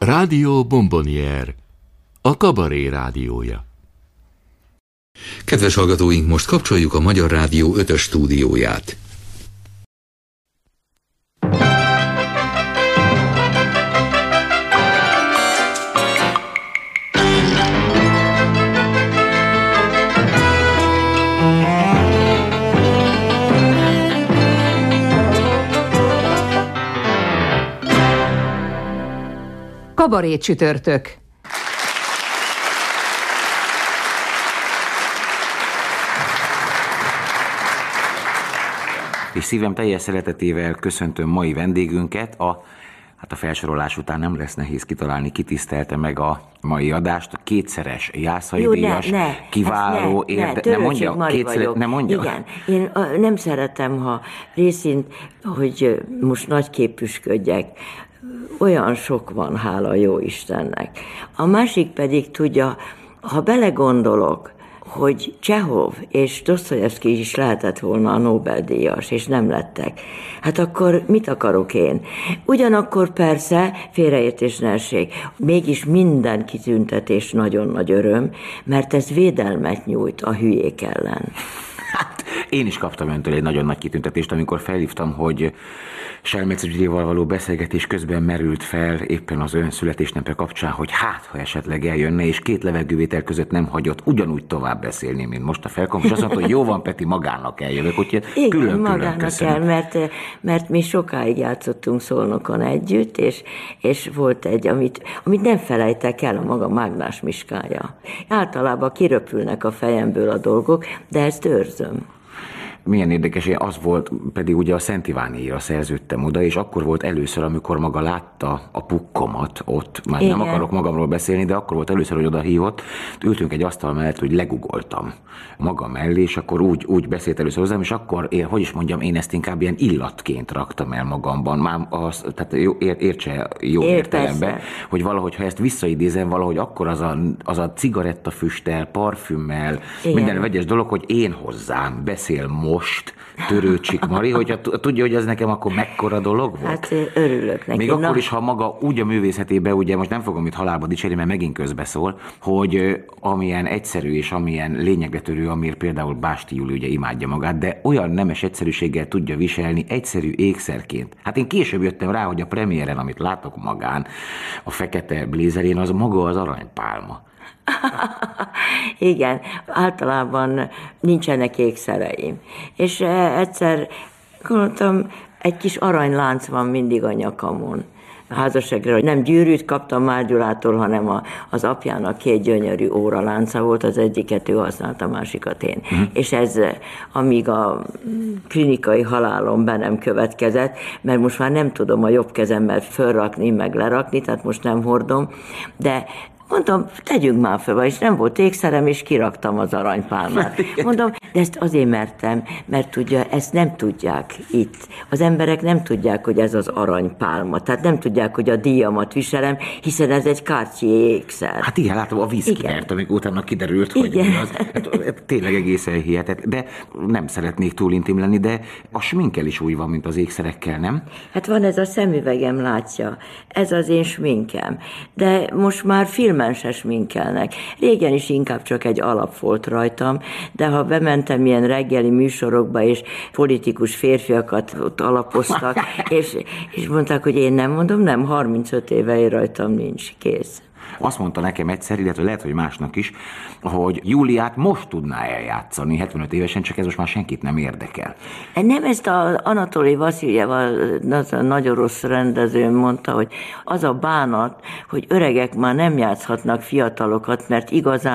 Rádió Bombonier, a kabaré rádiója. Kedves hallgatóink, most kapcsoljuk a Magyar Rádió 5-ös stúdióját. Kabaré csütörtök. És szívem teljes szeretetével köszöntöm mai vendégünket. A felsorolás után nem lesz nehéz kitalálni, kitisztelte meg a mai adást. A kétszeres Jászai díjas, kiváló, nem mondja? Nem mondja? Igen, én nem szeretem, ha részint, hogy most nagyképűsködjek. Olyan sok van, hála jó Istennek. A másik pedig tudja, ha belegondolok, hogy Csehov és Dosztojevszkij is lehetett volna a Nobel-díjas, és nem lettek. Hát akkor mit akarok én? Ugyanakkor persze, félreértés ne essék, mégis minden kitüntetés nagyon nagy öröm, mert ez védelmet nyújt a hülyék ellen. Hát, én is kaptam öntől egy nagyon nagy kitüntetést, amikor felhívtam, hogy Selmecz Gyurival való beszélgetés közben merült fel éppen az ön születésnape kapcsán, hogy ha esetleg eljönne, és két levegővétel között nem hagyott ugyanúgy tovább beszélni, mint most a felkonf, és azt mondta, hogy jó van, Peti, magának eljövök, úgyhogy külön magának el, mert mi sokáig játszottunk Szolnokon együtt, és volt egy, amit nem felejtek el, a maga Mágnás Miskája. Általában kiröpülnek a fejemből a dolgok, de ezt őrzöm. Milyen érdekes, az volt, pedig ugye a Szent Ivánéra szerződtem oda, és akkor volt először, amikor maga látta a pukkomat ott, már igen. Nem akarok magamról beszélni, de akkor volt először, hogy oda hívott, ültünk egy asztal mellett, hogy legugoltam magam mellé, és akkor úgy beszélt először hozzám, és akkor, én ezt inkább ilyen illatként raktam el magamban, már tehát értse jó értelemben, hogy valahogy, ha ezt visszaidézem, valahogy akkor az a cigarettafüsttel, parfümmel, minden vegyes dolog, hogy én hozzám beszél most Törőcsik Mari, hogyha tudja, hogy ez nekem akkor mekkora dolog volt? Hát örülök neki. Még akkor is, ha maga úgy a művészetében, ugye most nem fogom itt halálba dicsérni, mert megint közbeszól, hogy amilyen egyszerű és amilyen lényegre törő, amiért például Básti Júli ugye imádja magát, de olyan nemes egyszerűséggel tudja viselni egyszerű ékszerként. Hát én később jöttem rá, hogy a premiéren, amit látok magán, a fekete blézerén, az maga az aranypálma. Igen, általában nincsenek ékszereim. És egyszer gondoltam, egy kis aranylánc van mindig a nyakamon. A házasságra, hogy nem gyűrűt kaptam Már Gyulától, hanem az apjának két gyönyörű óralánca volt, az egyiket ő használta, a másikat én. És ez, amíg a klinikai halálom be nem következett, mert most már nem tudom a jobb kezemmel fölrakni, meg lerakni, tehát most nem hordom, de mondtam, tegyünk már fel, és nem volt ékszerem, és kiraktam az aranypálmát. Mondom, de ezt azért mertem, mert tudja, ezt nem tudják itt. Az emberek nem tudják, hogy ez az aranypálma. Tehát nem tudják, hogy a díjamat viselem, hiszen ez egy Cartier ékszer. Hát igen, látom a viszkert, amikor utána kiderült, hogy az, hát, tényleg egészen hihetetlen. De nem szeretnék túl intim lenni, de a sminkkel is úgy van, mint az ékszerekkel, nem? Hát van ez a szemüvegem, látja. Ez az én sminkem. De most már filmen se sminkelnek. Régen is inkább csak egy alap volt rajtam, de ha bementem ilyen reggeli műsorokba, és politikus férfiakat ott alapoztak, és mondták, hogy én nem mondom, nem, 35 éve rajtam nincs, kész. Azt mondta nekem egyszer, illetve lehet, hogy másnak is, hogy Júliát most tudná eljátszani 75 évesen, csak ez most már senkit nem érdekel. Nem, ezt az Anatoli Vasziljev, az a nagyon rossz rendező mondta, hogy az a bánat, hogy öregek már nem játszhatnak fiatalokat, mert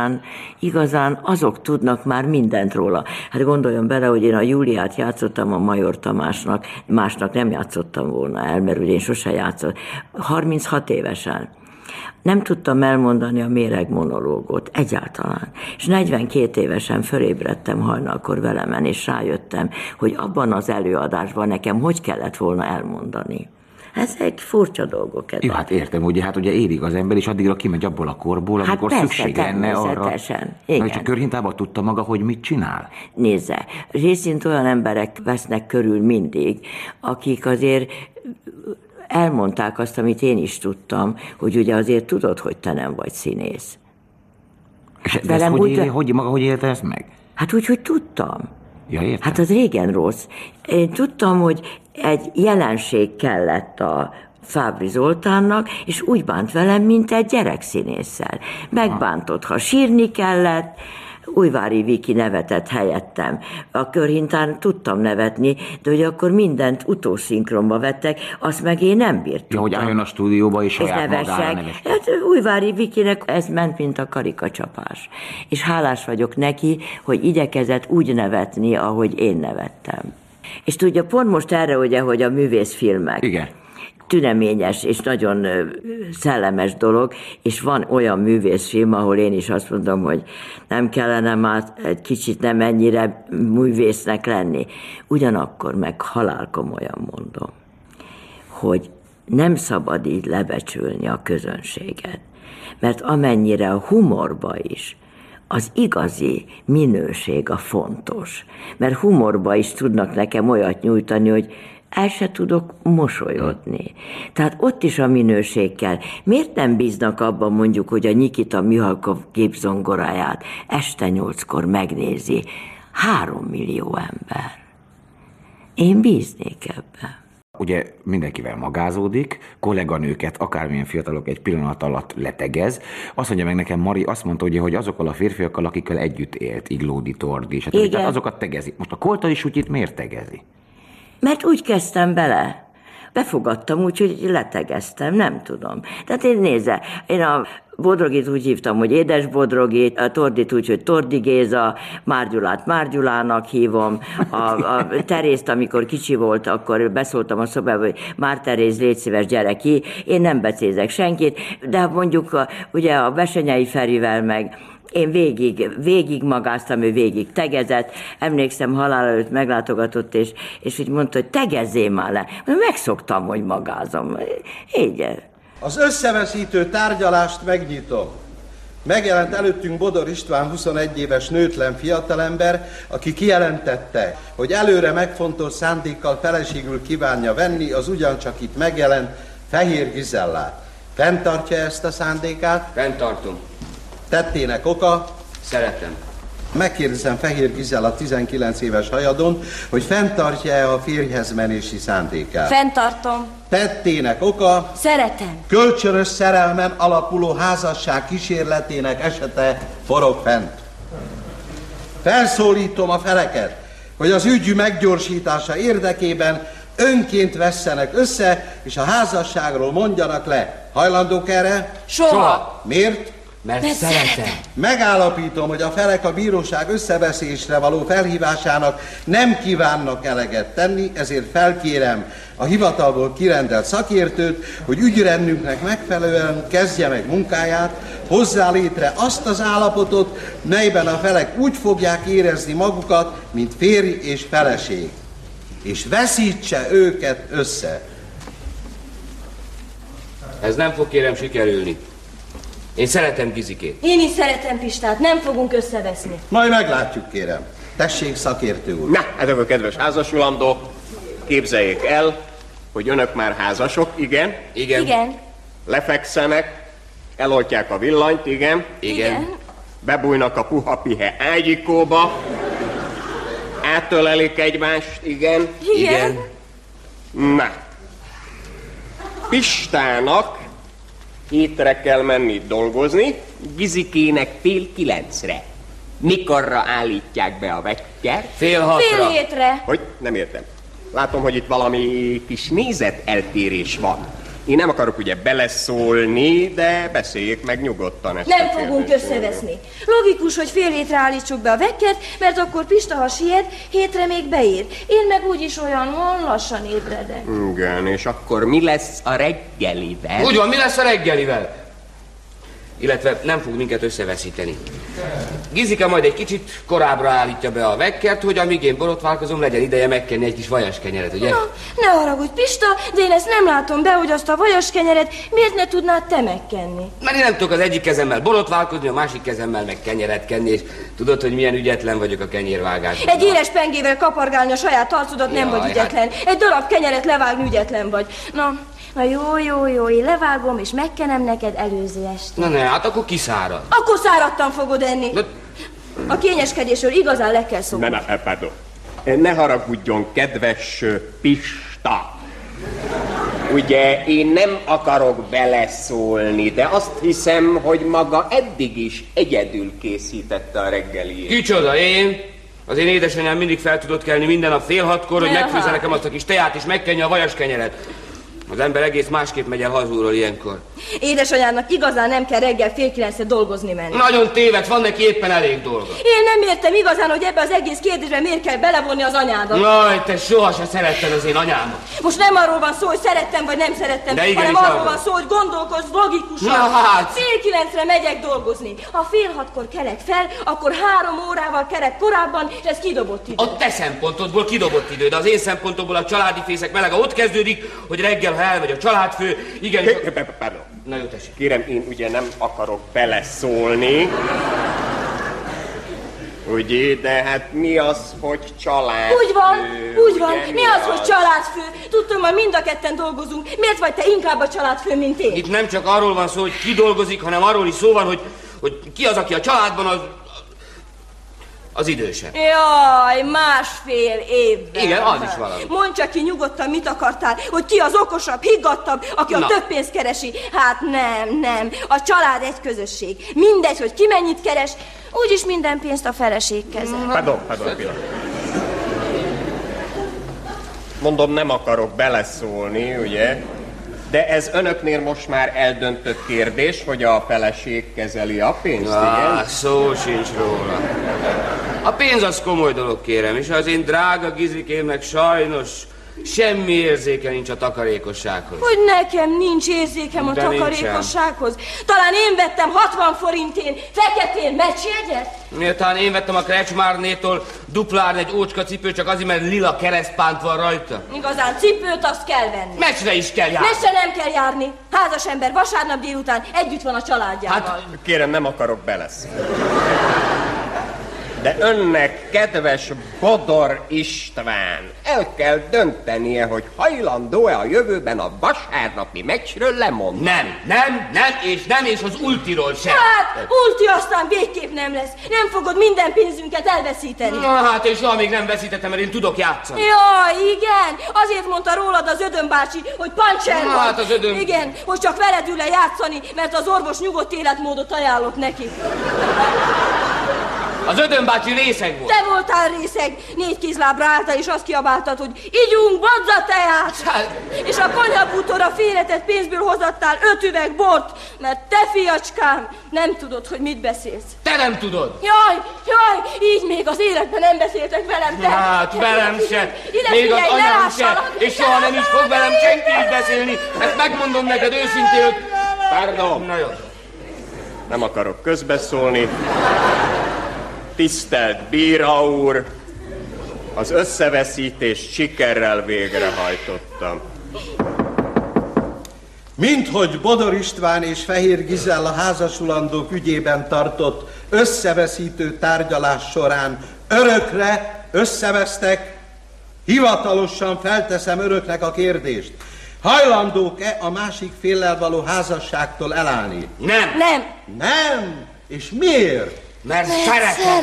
igazán azok tudnak már mindent róla. Hát gondoljon bele, hogy én a Júliát játszottam a Major Tamásnak, másnak nem játszottam volna el, mert ugye én sose játszottam. 36 évesen. Nem tudtam elmondani a méregmonológot egyáltalán. És 42 évesen fölébredtem hajnalkor velemen, és rájöttem, hogy abban az előadásban nekem hogy kellett volna elmondani. Ezek furcsa dolgok. Jó, hát értem, ugye érik az ember, és addigra kimegy abból a korból, amikor persze, szükség lenne arra. Igen. És a körhintában tudta maga, hogy mit csinál? Nézze, részint olyan emberek vesznek körül mindig, akik azért elmondták azt, amit én is tudtam, hogy ugye azért tudod, hogy te nem vagy színész. Hát de velem hogy élte ezt meg? Hát úgy, hogy tudtam. Ja, értem. Hát az régen rossz. Én tudtam, hogy egy jelenség kellett a Fábry Zoltánnak, és úgy bánt velem, mint egy gyerekszínésszel. Megbántott, ha sírni kellett. Újvári Viki nevetett helyettem. A Körhintán tudtam nevetni, de hogy akkor mindent utószinkronba vettek, azt meg én nem bírtam. Ja, hogy álljon a stúdióba és saját magára nevessek. Hát Újvári Vikinek ez ment, mint a karikacsapás. És hálás vagyok neki, hogy igyekezett úgy nevetni, ahogy én nevettem. És tudja, pont most erre ugye, hogy a művészfilmek. Igen. Tüneményes és nagyon szellemes dolog, és van olyan művészfilm, ahol én is azt mondom, hogy nem kellene már egy kicsit nem ennyire művésznek lenni. Ugyanakkor meg halálkomolyan mondom, hogy nem szabad így lebecsülni a közönséget, mert amennyire a humorba is az igazi minőség a fontos, mert humorba is tudnak nekem olyat nyújtani, hogy el se tudok mosolyodni. Tehát ott is a minőség kell. Miért nem bíznak abban mondjuk, hogy a Nyikita Mihalkov gépzongoráját este 8-kor megnézi 3 millió ember? Én bíznék ebben. Ugye mindenkivel magázódik, kolléganőket, akármilyen fiatalok egy pillanat alatt letegez. Azt mondja meg nekem, Mari, azt mondta, ugye, hogy azokkal a férfiakkal, akikkel együtt élt, Iglódi, Tordi, tehát azokat tegezi. Most a Koltai Sutyit miért tegezi? Mert úgy kezdtem bele. Befogadtam úgy, hogy letegeztem, nem tudom. Tehát én a Bodrogit úgy hívtam, hogy Édes Bodrogit, a Tordit úgy, hogy Tordi Géza, Márgyulát Márgyulának hívom, a Terészt, amikor kicsi volt, akkor beszóltam a szobába, hogy Már Teréz, légy szíves, gyere ki. Én nem becézek senkit, de mondjuk ugye a Besenyei Ferivel meg én végig magáztam, ő végig tegezett. Emlékszem, halál előtt meglátogatott, és úgy mondta, hogy tegezzél már le. Megszoktam, hogy magázom. Így. Az összeveszítő tárgyalást megnyitom. Megjelent előttünk Bodor István 21 éves nőtlen fiatalember, aki kijelentette, hogy előre megfontolt szándékkal feleségül kívánja venni az ugyancsak itt megjelent Fehér Gizellát. Fenntartja ezt a szándékát? Fenntartom. Tettének oka? Szeretem. Megkérdezem Fehér Gizella 19 éves hajadon, hogy fenntartja-e a férjhez menési szándékát. Fenntartom. Tettének oka? Szeretem. Kölcsönös szerelmen alapuló házasság kísérletének esete forog fent. Felszólítom a feleket, hogy az ügy meggyorsítása érdekében önként vesszenek össze, és a házasságról mondjanak le. Hajlandók erre? Soha. Miért? Mert szeretem. Megállapítom, hogy a felek a bíróság összeveszésre való felhívásának nem kívánnak eleget tenni, ezért felkérem a hivatalból kirendelt szakértőt, hogy ügyrendünknek megfelelően kezdje meg munkáját, hozzá létre azt az állapotot, melyben a felek úgy fogják érezni magukat, mint férj és feleség, és veszítse őket össze. Ez nem fog, kérem, sikerülni. Én szeretem Gizikét. Én is szeretem Pistát, nem fogunk összeveszni. Majd meglátjuk, kérem. Tessék, szakértő úr. Na, hát akkor kedves házasulandók, képzeljék el, hogy önök már házasok, igen? Igen. Igen. Lefekszenek, eloltják a villanyt, igen? Igen. Bebújnak a puha pihe ágyikóba, átölelik egymást, igen? Igen. Na, Pistának 7-re kell menni dolgozni, Gizikének 8:30. Mikorra állítják be a vekkert? 5:30. 5:30. Hogy? Nem értem. Látom, hogy itt valami kis nézeteltérés van. Én nem akarok ugye beleszólni, de beszéljék meg nyugodtan ezt. Nem fogunk összeveszni. Logikus, hogy 5:30 állítsuk be a vekkert, mert akkor Pista, ha siet, 7-re még beír. Én meg úgyis olyan lassan ébredek. Igen, és akkor mi lesz a reggelivel? Úgy van, mi lesz a reggelivel? Illetve nem fog minket összeveszíteni. Gizike majd egy kicsit korábbra állítja be a vekkert, hogy amíg én borotválkozom, legyen ideje megkenni egy kis vajaskenyeret, ugye? Na, ne haragudj, Pista, de én ezt nem látom be, hogy azt a vajaskenyeret miért ne tudnád te megkenni? Mert én nem tudok az egyik kezemmel borotválkozni, a másik kezemmel meg kenyeret kenni, és tudod, hogy milyen ügyetlen vagyok a kenyérvágásban. Egy éles pengével kapargálni a saját arcodat nem vagy ügyetlen. Egy darab kenyeret levágni ügyetlen vagy. Na, Na jó, én levágom és megkenem neked előző este. Na ne, hát akkor kiszárad. Akkor száradtan fogod enni. De... A kényeskedésről igazán le kell szólni. Pardon. Ne haragudjon, kedves Pista. Ugye én nem akarok beleszólni, de azt hiszem, hogy maga eddig is egyedül készítette a reggeliét. Kicsoda, én? Az én édesanyám mindig fel tudott kelni minden nap 5:30-kor, hogy megfőzze nekem azt a kis teát és megkenje a vajaskenyeret. Az ember egész másképp megy el hazulról ilyenkor. Édesanyámnak igazán nem kell reggel 8:30-re dolgozni menni. Nagyon téved, van neki éppen elég dolga. Én nem értem igazán, hogy ebbe az egész kérdésbe miért kell belevonni az anyádat. Jaj, te sohasem szeretted az én anyámat. Most nem arról van szó, hogy szerettem vagy nem szerettem, hanem arról van szó, hogy gondolkozz logikusan. Na hát! 8:30-re megyek dolgozni. Ha 5:30-kor kelek fel, akkor 3 órával kelek korábban, és ez kidobott idő. A te szempontodból kidobott idő, de az én szempontomból a családi fészek melege ott kezdődik, hogy reggel, ha elmegy a családfő, igen... Pardon. Na jó, tessék. Kérem, én ugye nem akarok beleszólni. Ugye, de hát mi az, hogy családfő? Úgy van. Mi az, hogy családfő? Tudtam, hogy mind a ketten dolgozunk. Miért vagy te inkább a családfő, mint én? Itt nem csak arról van szó, hogy ki dolgozik, hanem arról is szó van, hogy ki az, aki a családban az idősebb. Jaj, 1,5 évben. Igen, az is valami. Mondd csak ki nyugodtan, mit akartál, hogy ki az okosabb, higgadtabb, aki a több pénzt keresi. Hát nem. A család egy közösség. Mindegy, hogy ki mennyit keres, úgyis minden pénzt a feleség kezel. Pardon, pillanat. Mondom, nem akarok beleszólni, ugye? De ez önöknél most már eldöntött kérdés, hogy a feleség kezeli a pénzt, igen? Szó sincs róla. A pénz az komoly dolog, kérem, és az én drága Gizikémnek sajnos semmi érzéke nincs a takarékossághoz. Hogy nekem nincs érzékem a takarékossághoz? Talán én vettem 60 forintén, feketén meccsjegyet? Talán én vettem a Krecsmárnétól duplán egy ócska cipőt, csak azért, mert lila keresztpánt van rajta. Igazán cipőt azt kell venni. Meccsre is kell járni. Meccsre nem kell járni. Házas ember vasárnap délután együtt van a családjával. Hát kérem, nem akarok beleszólni. De önnek, kedves Bodor István, el kell döntenie, hogy hajlandó-e a jövőben a vasárnapi meccsről lemondani. Nem, és az ultiról sem. Hát, ulti aztán végképp nem lesz. Nem fogod minden pénzünket elveszíteni. Na hát, és amíg nem veszítettem, mert én tudok játszani. Jaj, igen, azért mondta rólad az Ödön bácsi, hogy pancser van. Hát az Ödön... Igen, hogy csak veled ül-e játszani, mert az orvos nyugodt életmódot ajánlott neki. Az Ödön bácsi részeg volt. Te voltál részeg. 4 kézlábra álltál, és azt kiabáltad, hogy igyunk badza teát. És a konyhabútorra félretett pénzből hozattál 5 üveg bort, mert te, fiacskám, nem tudod, hogy mit beszélsz. Te nem tudod. Jaj, így még az életben nem beszéltek velem. Te. Hát, velem se. Még az anyám se. És soha nem is fog velem senki így beszélni. Ezt megmondom neked őszintén, hogy... Pardon. Na jó. Nem akarok közbeszólni. Tisztelt Bíra úr, az összeveszítést sikerrel végrehajtottam. Minthogy Bodor István és Fehér Gizella házasulandók ügyében tartott összeveszítő tárgyalás során örökre összevesztek, hivatalosan felteszem önöknek a kérdést. Hajlandók-e a másik féllel való házasságtól elállni? Nem? És miért? Mert szeretem.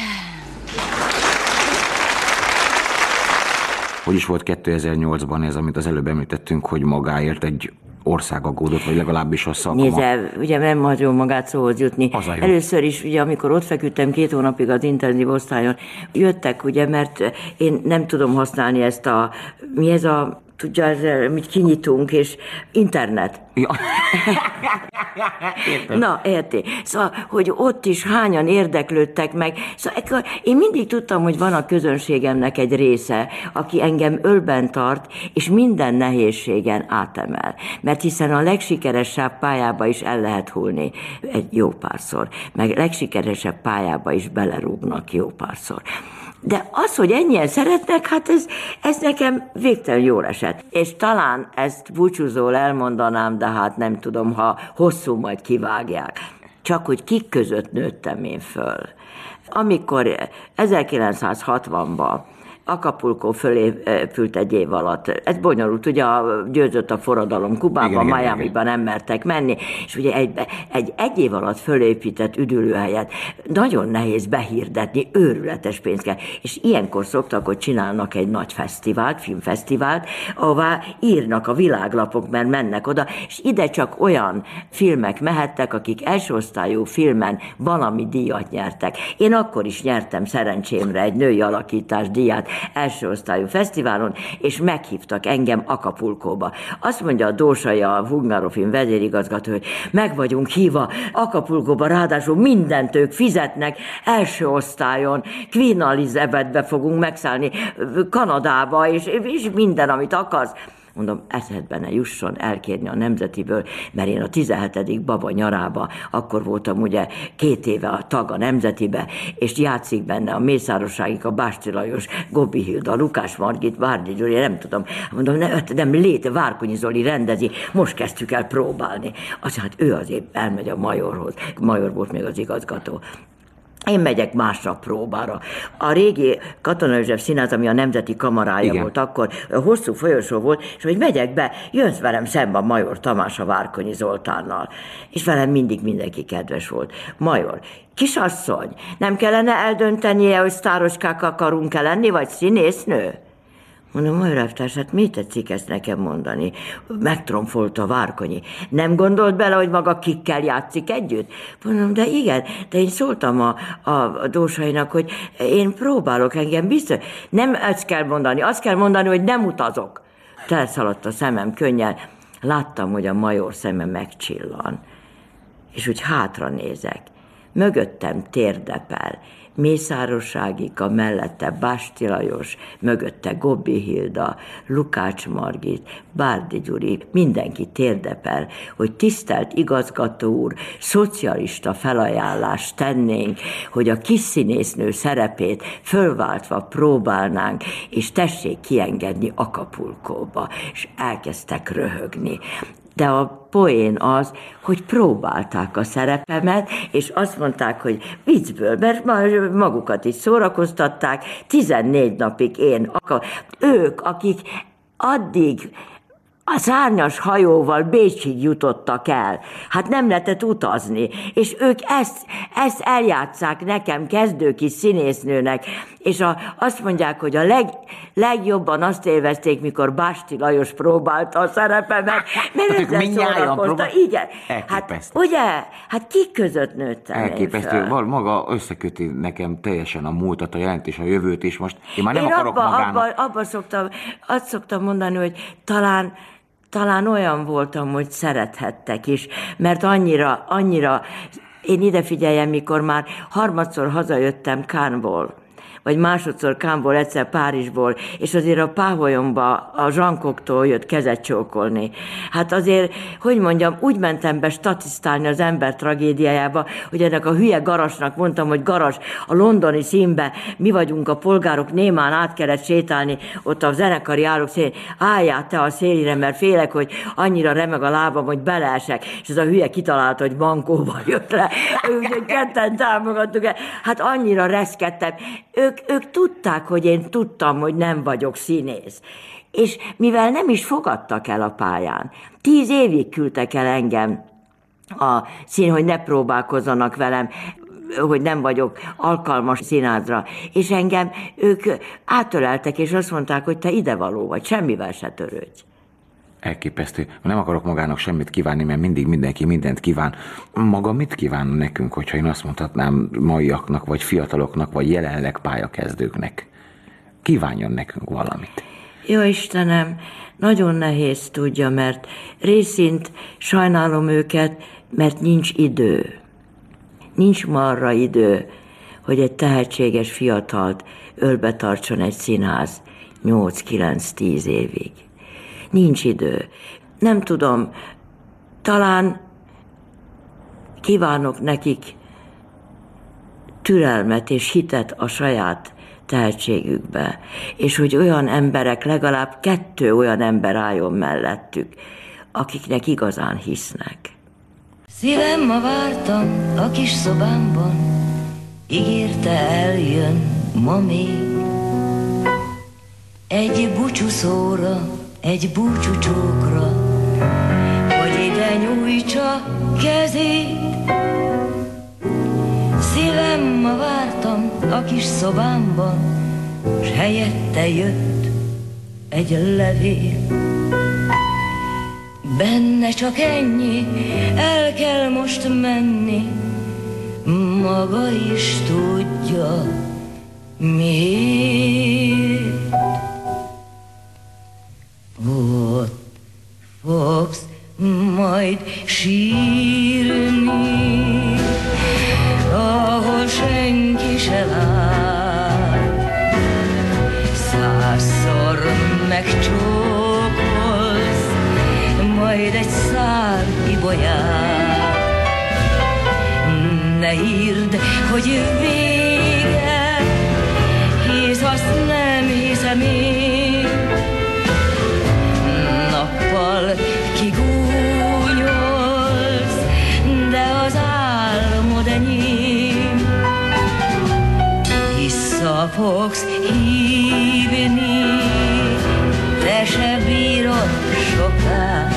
Hogy is volt 2008-ban ez, amit az előbb említettünk, hogy magáért egy ország aggódott, vagy legalábbis a szakma? Nézze, ugye nem hagyom magát szóhoz jutni. Először is, ugye, amikor ott feküdtem 2 hónapig az intenzív osztályon, jöttek, ugye, mert én nem tudom használni ezt a... Mi ez a... Tudja, mit kinyitunk, és internet. Ja. Na, érti. Szóval, hogy ott is hányan érdeklődtek meg. Szóval én mindig tudtam, hogy van a közönségemnek egy része, aki engem ölben tart, és minden nehézségen átemel. Mert hiszen a legsikeresebb pályába is el lehet hullni egy jó párszor, meg legsikeresebb pályába is belerúgnak jó párszor. De az, hogy ennyien szeretnek, hát ez nekem végtelen jól esett. És talán ezt búcsúzól elmondanám, de hát nem tudom, ha hosszú majd kivágják. Csak hogy kik között nőttem én föl. Amikor 1960-ban Acapulco fölé épült egy év alatt. Ez bonyolult, ugye győzött a forradalom Kubában, Miamiban nem mertek menni, és ugye egy év alatt fölépített üdülőhelyet nagyon nehéz behirdetni, őrületes pénz kell. És ilyenkor szoktak, hogy csinálnak egy nagy fesztivált, filmfesztivált, ahová írnak a világlapok, mert mennek oda, és ide csak olyan filmek mehettek, akik első osztályú filmen valami díjat nyertek. Én akkor is nyertem szerencsémre egy női alakítás díját első osztályú fesztiválon, és meghívtak engem Acapulcóba. Azt mondja a Dósai, a Hungarofilm vezérigazgató, hogy meg vagyunk hívva Acapulcóba, ráadásul mindent ők fizetnek, első osztályon, Queen Elizabethbe fogunk megszállni, Kanadába, és minden, amit akarsz. Mondom, eszedbe ne jusson elkérni a Nemzetiből, mert én a 17. baba nyarába, akkor voltam ugye 2 éve a tag a Nemzetibe, és játszik benne a Mészáros-Ságik, a Básti Lajos, Gobbi Hilda, Lukács Margit, Várdi Gyuri, nem tudom. Mondom, nem léte, Várkonyi Zoli rendezi, most kezdtük el próbálni. Azt hát ő azért elmegy a Majorhoz. Major volt még az igazgató. Én megyek másnap próbára. A régi Katona József Színház, ami a Nemzeti Kamarája volt akkor, hosszú folyosó volt, és hogy megyek be, jössz velem szembe a Major Tamás a Várkonyi Zoltánnal. És velem mindig mindenki kedves volt. Major, kisasszony, nem kellene eldöntenie, hogy sztároskák akarunk-e lenni, vagy színésznő? Mondom, Major elvtárs, hát mit tetszik ezt nekem mondani? Megtromfolt a Várkonyi. Nem gondolt bele, hogy maga kikkel játszik együtt? Mondom, de igen, de én szóltam a Dósainak, hogy én próbálok, engem biztos. Nem ezt kell mondani, azt kell mondani, hogy nem utazok. Telszaladt a szemem könnyel. Láttam, hogy a Major szeme megcsillan. És úgy hátra nézek. Mögöttem térdepel. Mészáros-Ságika, mellette Básti Lajos, mögötte Gobbi Hilda, Lukács Margit, Bárdi Gyuri, mindenki térdepel, hogy tisztelt igazgató úr, szocialista felajánlást tennénk, hogy a kis színésznő szerepét fölváltva próbálnánk, és tessék kiengedni Acapulcóba, és elkezdtek röhögni. De a poén az, hogy próbálták a szerepemet, és azt mondták, hogy viccből, mert magukat is szórakoztatták, 14 napig ők, akik addig a szárnyas hajóval Bécsig jutottak el. Hát nem lehetett utazni. És ők ezt eljátszák nekem, kezdő kis színésznőnek. És azt mondják, hogy a legjobban azt élvezték, mikor Básti Lajos próbálta a szerepemet, mert ezzel szórakozta. Igen. Hát ugye? Hát ki között nőttem. Elképesztő. Maga összeköti nekem teljesen a múltat, a jelent és a jövőt is. Most én már nem akarok magának. Azt szoktam mondani, hogy talán olyan voltam, hogy szerethettek is, mert annyira, én ide figyeljem, mikor már harmadszor hazajöttem Cannesból, vagy másodszor Cannesból, egyszer Párizsból, és azért a páholyomba a zsankoktól jött kezet csókolni. Hát azért, hogy mondjam, úgy mentem be statisztálni az ember tragédiájába, hogy ennek a hülye Garasnak mondtam, hogy Garas, a londoni színbe mi vagyunk a polgárok, némán át kellett sétálni ott a zenekari árok szélén. Álljál te a szélire, mert félek, hogy annyira remeg a lábam, hogy beleesek. És ez a hülye kitalálta, hogy bankóba jött le. Úgyhogy ketten támogattuk el. Hát annyira reszkedtem. Ők tudták, hogy én tudtam, hogy nem vagyok színész. És mivel nem is fogadtak el a pályán, 10 évig küldtek el engem a szín, hogy ne próbálkozzanak velem, hogy nem vagyok alkalmas színházra. És engem ők átöleltek, és azt mondták, hogy te idevaló vagy, semmivel se törődj. Elképesztő. Nem akarok magának semmit kívánni, mert mindig mindenki mindent kíván. Maga mit kíván nekünk, hogyha én azt mondhatnám maiaknak, vagy fiataloknak, vagy jelenleg pályakezdőknek? Kívánjon nekünk valamit. Jó Istenem, nagyon nehéz tudja, mert részint sajnálom őket, mert nincs idő. Nincs ma arra idő, hogy egy tehetséges fiatalt ölbe tartson egy színház 8-9-10 évig. Nincs idő. Nem tudom, talán kívánok nekik türelmet és hitet a saját tehetségükbe, és hogy olyan emberek, legalább 2 olyan ember álljon mellettük, akiknek igazán hisznek. Szívem, ma vártam a kis szobámban, ígérte eljön ma még. egy búcsúszóra, egy búcsúcsókra, hogy ide nyújtsa kezét. Szívem, ma vártam a kis szobámban, s helyette jött egy levél. Benne csak ennyi, el kell most menni, maga is tudja, miért. Ott fogsz majd sírni, ahol senki se lát. 100-szor megcsókolsz, majd egy szál ibolyát. Ne írd, hogy vége, hisz azt nem hiszem én. Nappal kigúnyolsz, de az álmod enyém. Vissza fogsz hívni, te se bírod soká.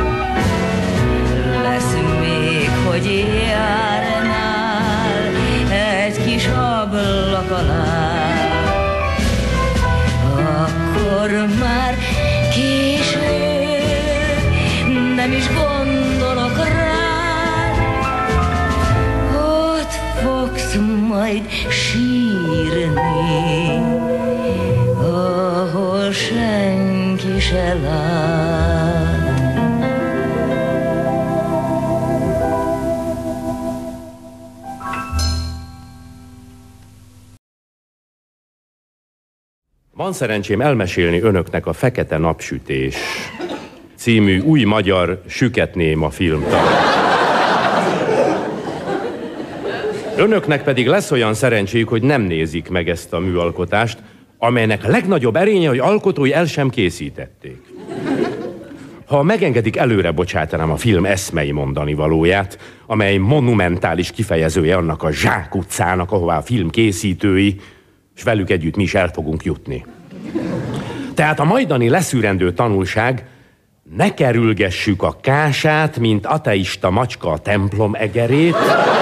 Lesz még, hogy járnál egy kis ablak alá. Akkor már késő, nem is gondolok rád. Ott fogsz majd sírni, ahol senki se lát. Van szerencsém elmesélni önöknek a Fekete napsütés című új magyar süketnéma filmtart. Önöknek pedig lesz olyan szerencséjük, hogy nem nézik meg ezt a műalkotást, amelynek legnagyobb erénye, hogy alkotói el sem készítették. Ha megengedik, előre bocsátanám a film eszmei mondani valóját, amely monumentális kifejezője annak a zsákutcának, ahová a film készítői, és velük együtt mi is el fogunk jutni. Tehát a majdani leszűrendő tanulság: ne kerülgessük a kását, mint ateista macska a templom egerét,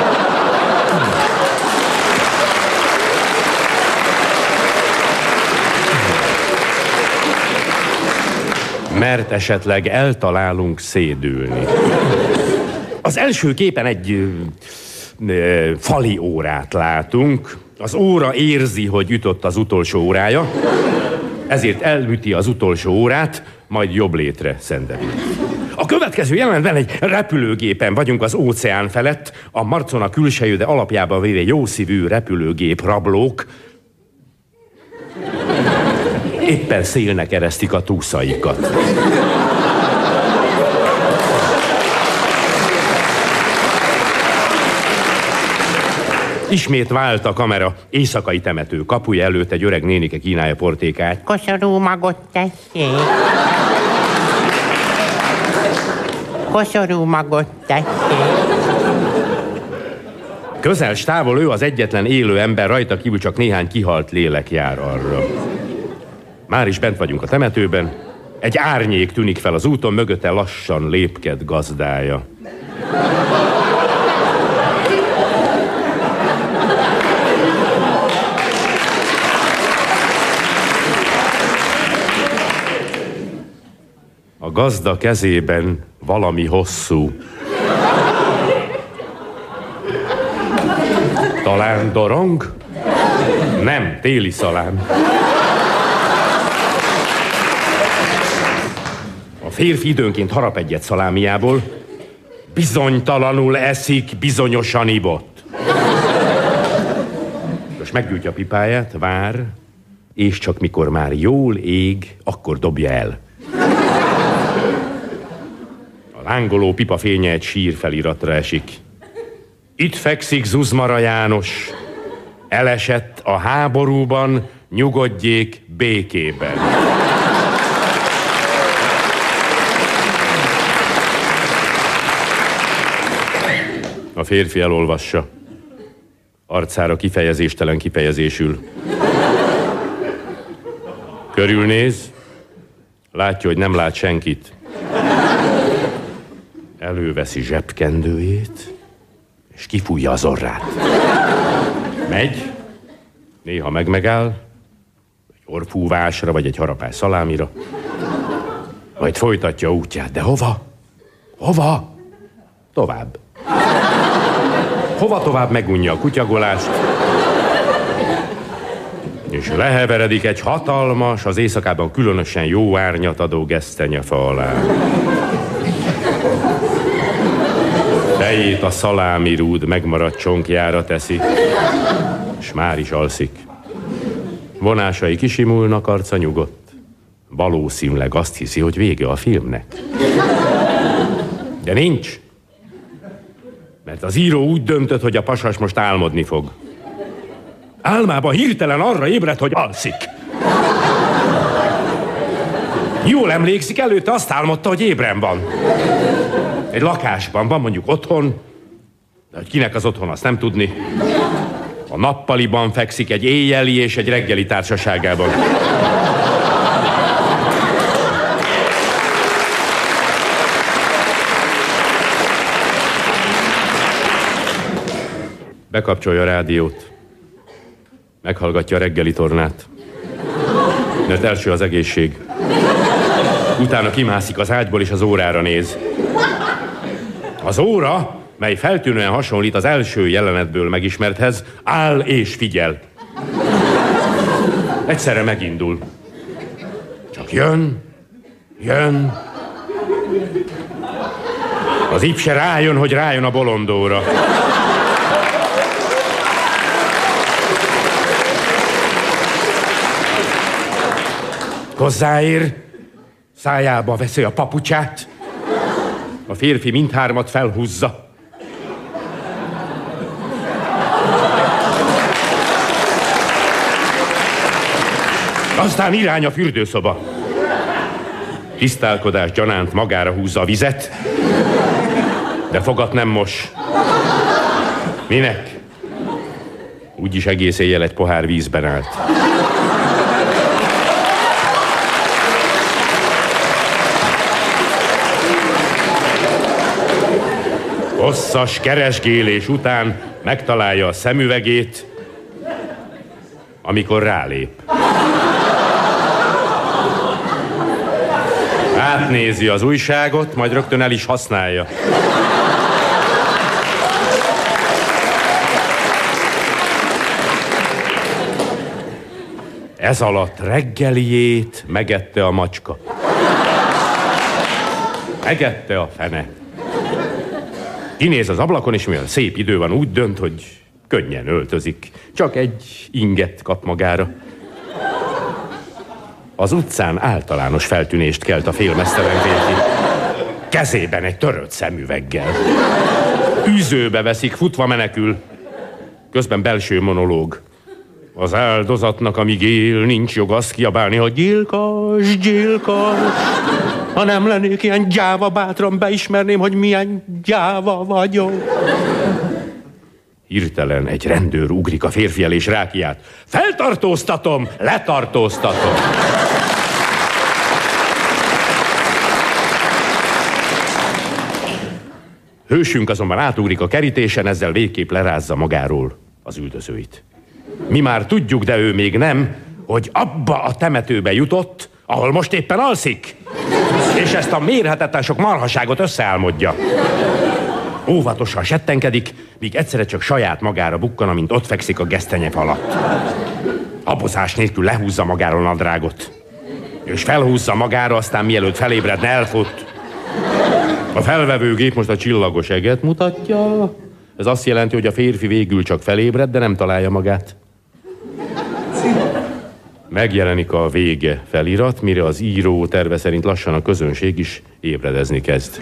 mert esetleg eltalálunk szédülni. Az első képen egy fali órát látunk. Az óra érzi, hogy ütött az utolsó órája, ezért elüti az utolsó órát, majd jobb létre szendevít. A következő jelenetben egy repülőgépen vagyunk az óceán felett, a Marcona külsejű, de alapjában véve jószívű repülőgép rablók éppen szélnek eresztik a túszaikat. Ismét vált a kamera éjszakai temető kapuja előtt, egy öreg nénike kínálja portékáját. Koszorú magot tessék. Koszorú magot tessék. Közel s távol ő az egyetlen élő ember, rajta kívül csak néhány kihalt lélek jár arra. Már is bent vagyunk a temetőben, egy árnyék tűnik fel az úton, mögötte lassan lépked gazdája. A gazda kezében valami hosszú. Talán dorong? Nem, téli szalám. A férfi időnként harap egyet szalámiából, bizonytalanul eszik, bizonyosan ivott. Most meggyújtja a pipáját, vár, és csak mikor már jól ég, akkor dobja el. A lángoló pipa fénye egy sírfeliratra esik. Itt fekszik Zuzmara János, elesett a háborúban, nyugodjék békében. A férfi elolvassa. Arcára kifejezéstelen kifejezésül. Körülnéz, látja, hogy nem lát senkit. Előveszi zsebkendőjét, és kifújja az orrát. Megy, néha megáll, egy orrfúvásra, vagy egy harapás szalámira, majd folytatja útját. De hova? Hova? Tovább. Hova tovább megunja a kutyagolást, és leheveredik egy hatalmas, az éjszakában különösen jó árnyat adó gesztenyefa alá. Fejét a szalámirúd megmaradt csonkjára teszi, és már is alszik. Vonásai kisimulnak, arca nyugodt. Valószínűleg azt hiszi, hogy vége a filmnek. De nincs. Mert az író úgy döntött, hogy a pasas most álmodni fog. Álmában hirtelen arra ébred, hogy alszik. Jól emlékszik, előtte azt álmodta, hogy ébren van. Egy lakásban van, mondjuk otthon, de hogy kinek az otthon, azt nem tudni. A nappaliban fekszik egy éjjeli és egy reggeli társaságában. Bekapcsolja a rádiót. Meghallgatja a reggeli tornát. Mert első az egészség. Utána kimászik az ágyból és az órára néz. Az óra, mely feltűnően hasonlít az első jelenetből megismerthez, áll és figyel. Egyszerre megindul. Csak jön. Az ip se rájön, hogy rájön a bolondóra. Hozzáér, szájába veszi a papucsát, a férfi mindhármat felhúzza. Aztán irány a fürdőszoba. Tisztálkodás gyanánt magára húzza a vizet, de fogat nem mos. Minek? Úgyis egész éjjel egy pohár vízben állt. Hosszas keresgélés után megtalálja a szemüvegét, amikor rálép. Átnézi az újságot, majd rögtön el is használja. Ez alatt reggeliét megette a macska. Megette a fene. Kinéz az ablakon, és mivel szép idő van, úgy dönt, hogy könnyen öltözik. Csak egy inget kap magára. Az utcán általános feltűnést kelt a félmeztelen férfi. Kezében egy törött szemüveggel. Üzőbe veszik, futva menekül. Közben belső monológ. Az áldozatnak, amíg él, nincs jog azt kiabálni, hogy gyilkos, gyilkos. Ha nem lennék ilyen gyáva, bátran beismerném, hogy milyen gyáva vagyok. Hirtelen egy rendőr ugrik a férfi elé, és rákiált. Feltartóztatom, letartóztatom. Hősünk azonban átugrik a kerítésen, ezzel végképp lerázza magáról az üldözőit. Mi már tudjuk, de ő még nem, hogy abba a temetőbe jutott, ahol most éppen alszik. És ezt a mérhetetlen sok marhaságot összeálmodja. Óvatosan settenkedik, míg egyszerre csak saját magára bukkan, amint ott fekszik a gesztenyef alatt. Habozás nélkül lehúzza magáról a nadrágot. És felhúzza magára, aztán mielőtt felébredne, elfut. A felvevőgép most a csillagos eget mutatja. Ez azt jelenti, hogy a férfi végül csak felébred, de nem találja magát. Megjelenik a vége felirat, mire az író terve szerint lassan a közönség is ébredezni kezd.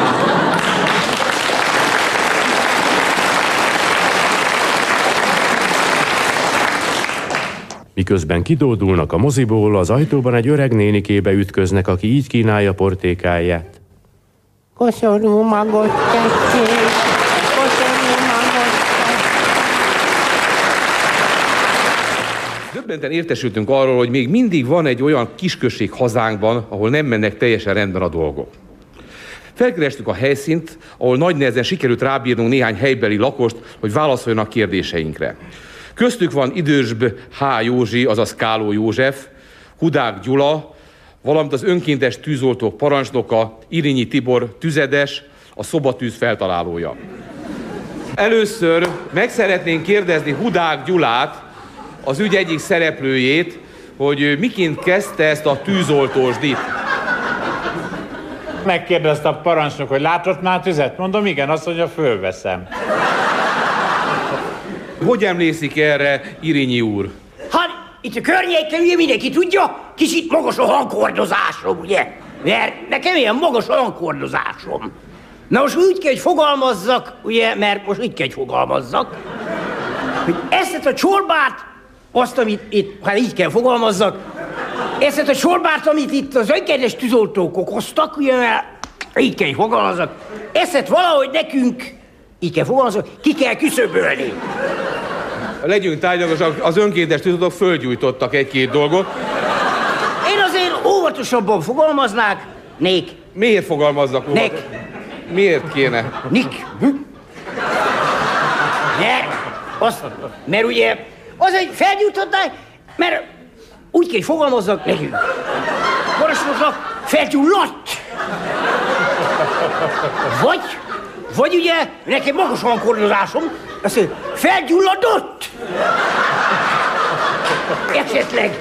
Miközben kidódulnak a moziból, az ajtóban egy öreg nénikébe ütköznek, aki így kínálja portékáját. Koszorú magot tették, koszorú magot tették. Döbbenten értesültünk arról, hogy még mindig van egy olyan kisközség hazánkban, ahol nem mennek teljesen rendben a dolgok. Felkerestük a helyszínt, ahol nagy nehezen sikerült rábírnunk néhány helybeli lakost, hogy válaszoljanak kérdéseinkre. Köztük van Idősb H. Józsi, azaz Káló József, Hudák Gyula, valamint az önkéntes tűzoltók parancsnoka, Irinyi Tibor tüzedes, a szobatűz feltalálója. Először meg szeretnénk kérdezni Hudák Gyulát, az ügy egyik szereplőjét, hogy miként kezdte ezt a tűzoltósdit. Megkérdezte a parancsnok, hogy látott már tüzet? Mondom, igen, azt mondja, fölveszem. Hogy emlékszik erre Irinyi úr? Hát, itt a környéken ugye mindenki tudja, kicsit magas a hangkordozásom, ugye? Mert nekem ilyen magas a hangkordozásom. Na most úgy kell, hogy fogalmazzak, ugye, mert most úgy kell, hogy fogalmazzak, hogy ezt a csorbát, azt, amit itt, hát így kell fogalmazzak, ezt a csorbát, amit itt az önkéntes tűzoltók okoztak, ugye, mert így kell, hogy fogalmazzak, ezt valahogy nekünk, így kell fogalmazzak, ki kell küszöbölni. Legyünk tárgyakosak, az önkéntes tűzoltók fölgyújtottak egy-két dolgot. Én azért óvatosabban fogalmaznák, Nék. Miért fogalmazzak óvatosan? Nék. Miért kéne? Nik. Mert ugye, az egy felgyújtották, mert úgy kell, hogy fogalmazzak nekünk. Parancsnoknak felgyulladt. Vagy ugye, nekem magas hangkordozásom, azt mondja, felgyulladott. Esetleg.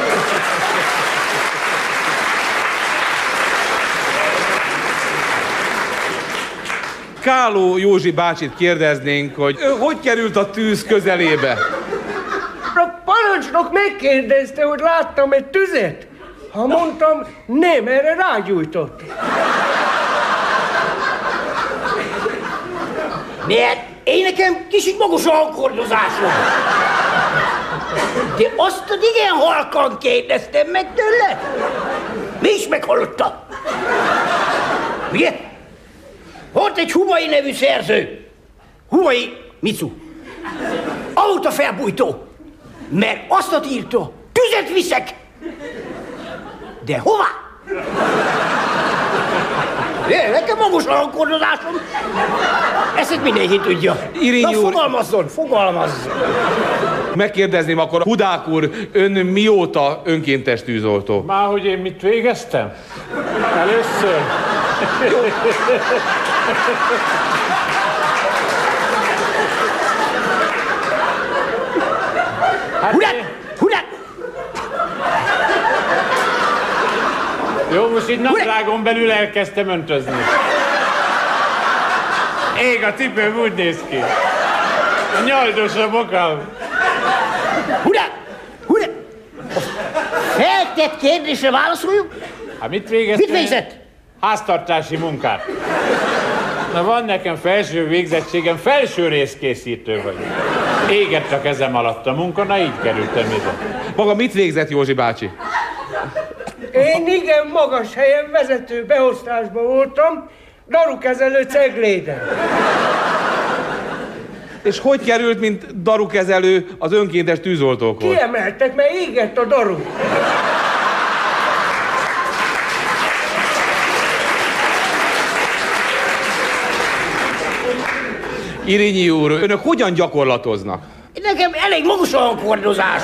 Káló Józsi bácsit kérdeznénk, hogy került a tűz közelébe? A parancsnok megkérdezte, hogy láttam egy tüzet. Ha mondtam, nem, erre rágyújtott. Mert én nekem kicsit magas a hangkordozásom. De azt igen halkan kérdeztem meg tőle. Mi is meghallotta. Ugye? Volt egy Humai nevű szerző. Humai Micu. Autófelbújtó. Mert azt írta, tüzet viszek. De hová? Nekem magas a hangkordozásom. Ezt mindenki tudja. Irinyi úr... Fogalmazzon. Megkérdezném akkor, Hudák úr, ön mióta önkéntes tűzoltó? Már hogy én mit végeztem? Először. Hudák! Jó, most itt nadrágon belül elkezdtem öntözni. Ég a cipőm, úgy néz ki. A nyaldos a bokám. Hudák! Feltett kérdésre válaszoljunk? Hát mit végeztem? Mit végzett? Háztartási munkát. Na van nekem felső végzettségem, felső részkészítő vagyok. Égett a kezem alatt a munka, na így kerültem ide. Maga mit végzett, Józsi bácsi? Én igen magas helyen vezető beosztásban voltam, darukezelő cegléden. És hogy került, mint darukezelő az önkéntes tűzoltókhoz? Kiemeltek, mert égett a daru. Irinyi úr, önök hogyan gyakorlatoznak? Nekem elég magas a hangkordozás.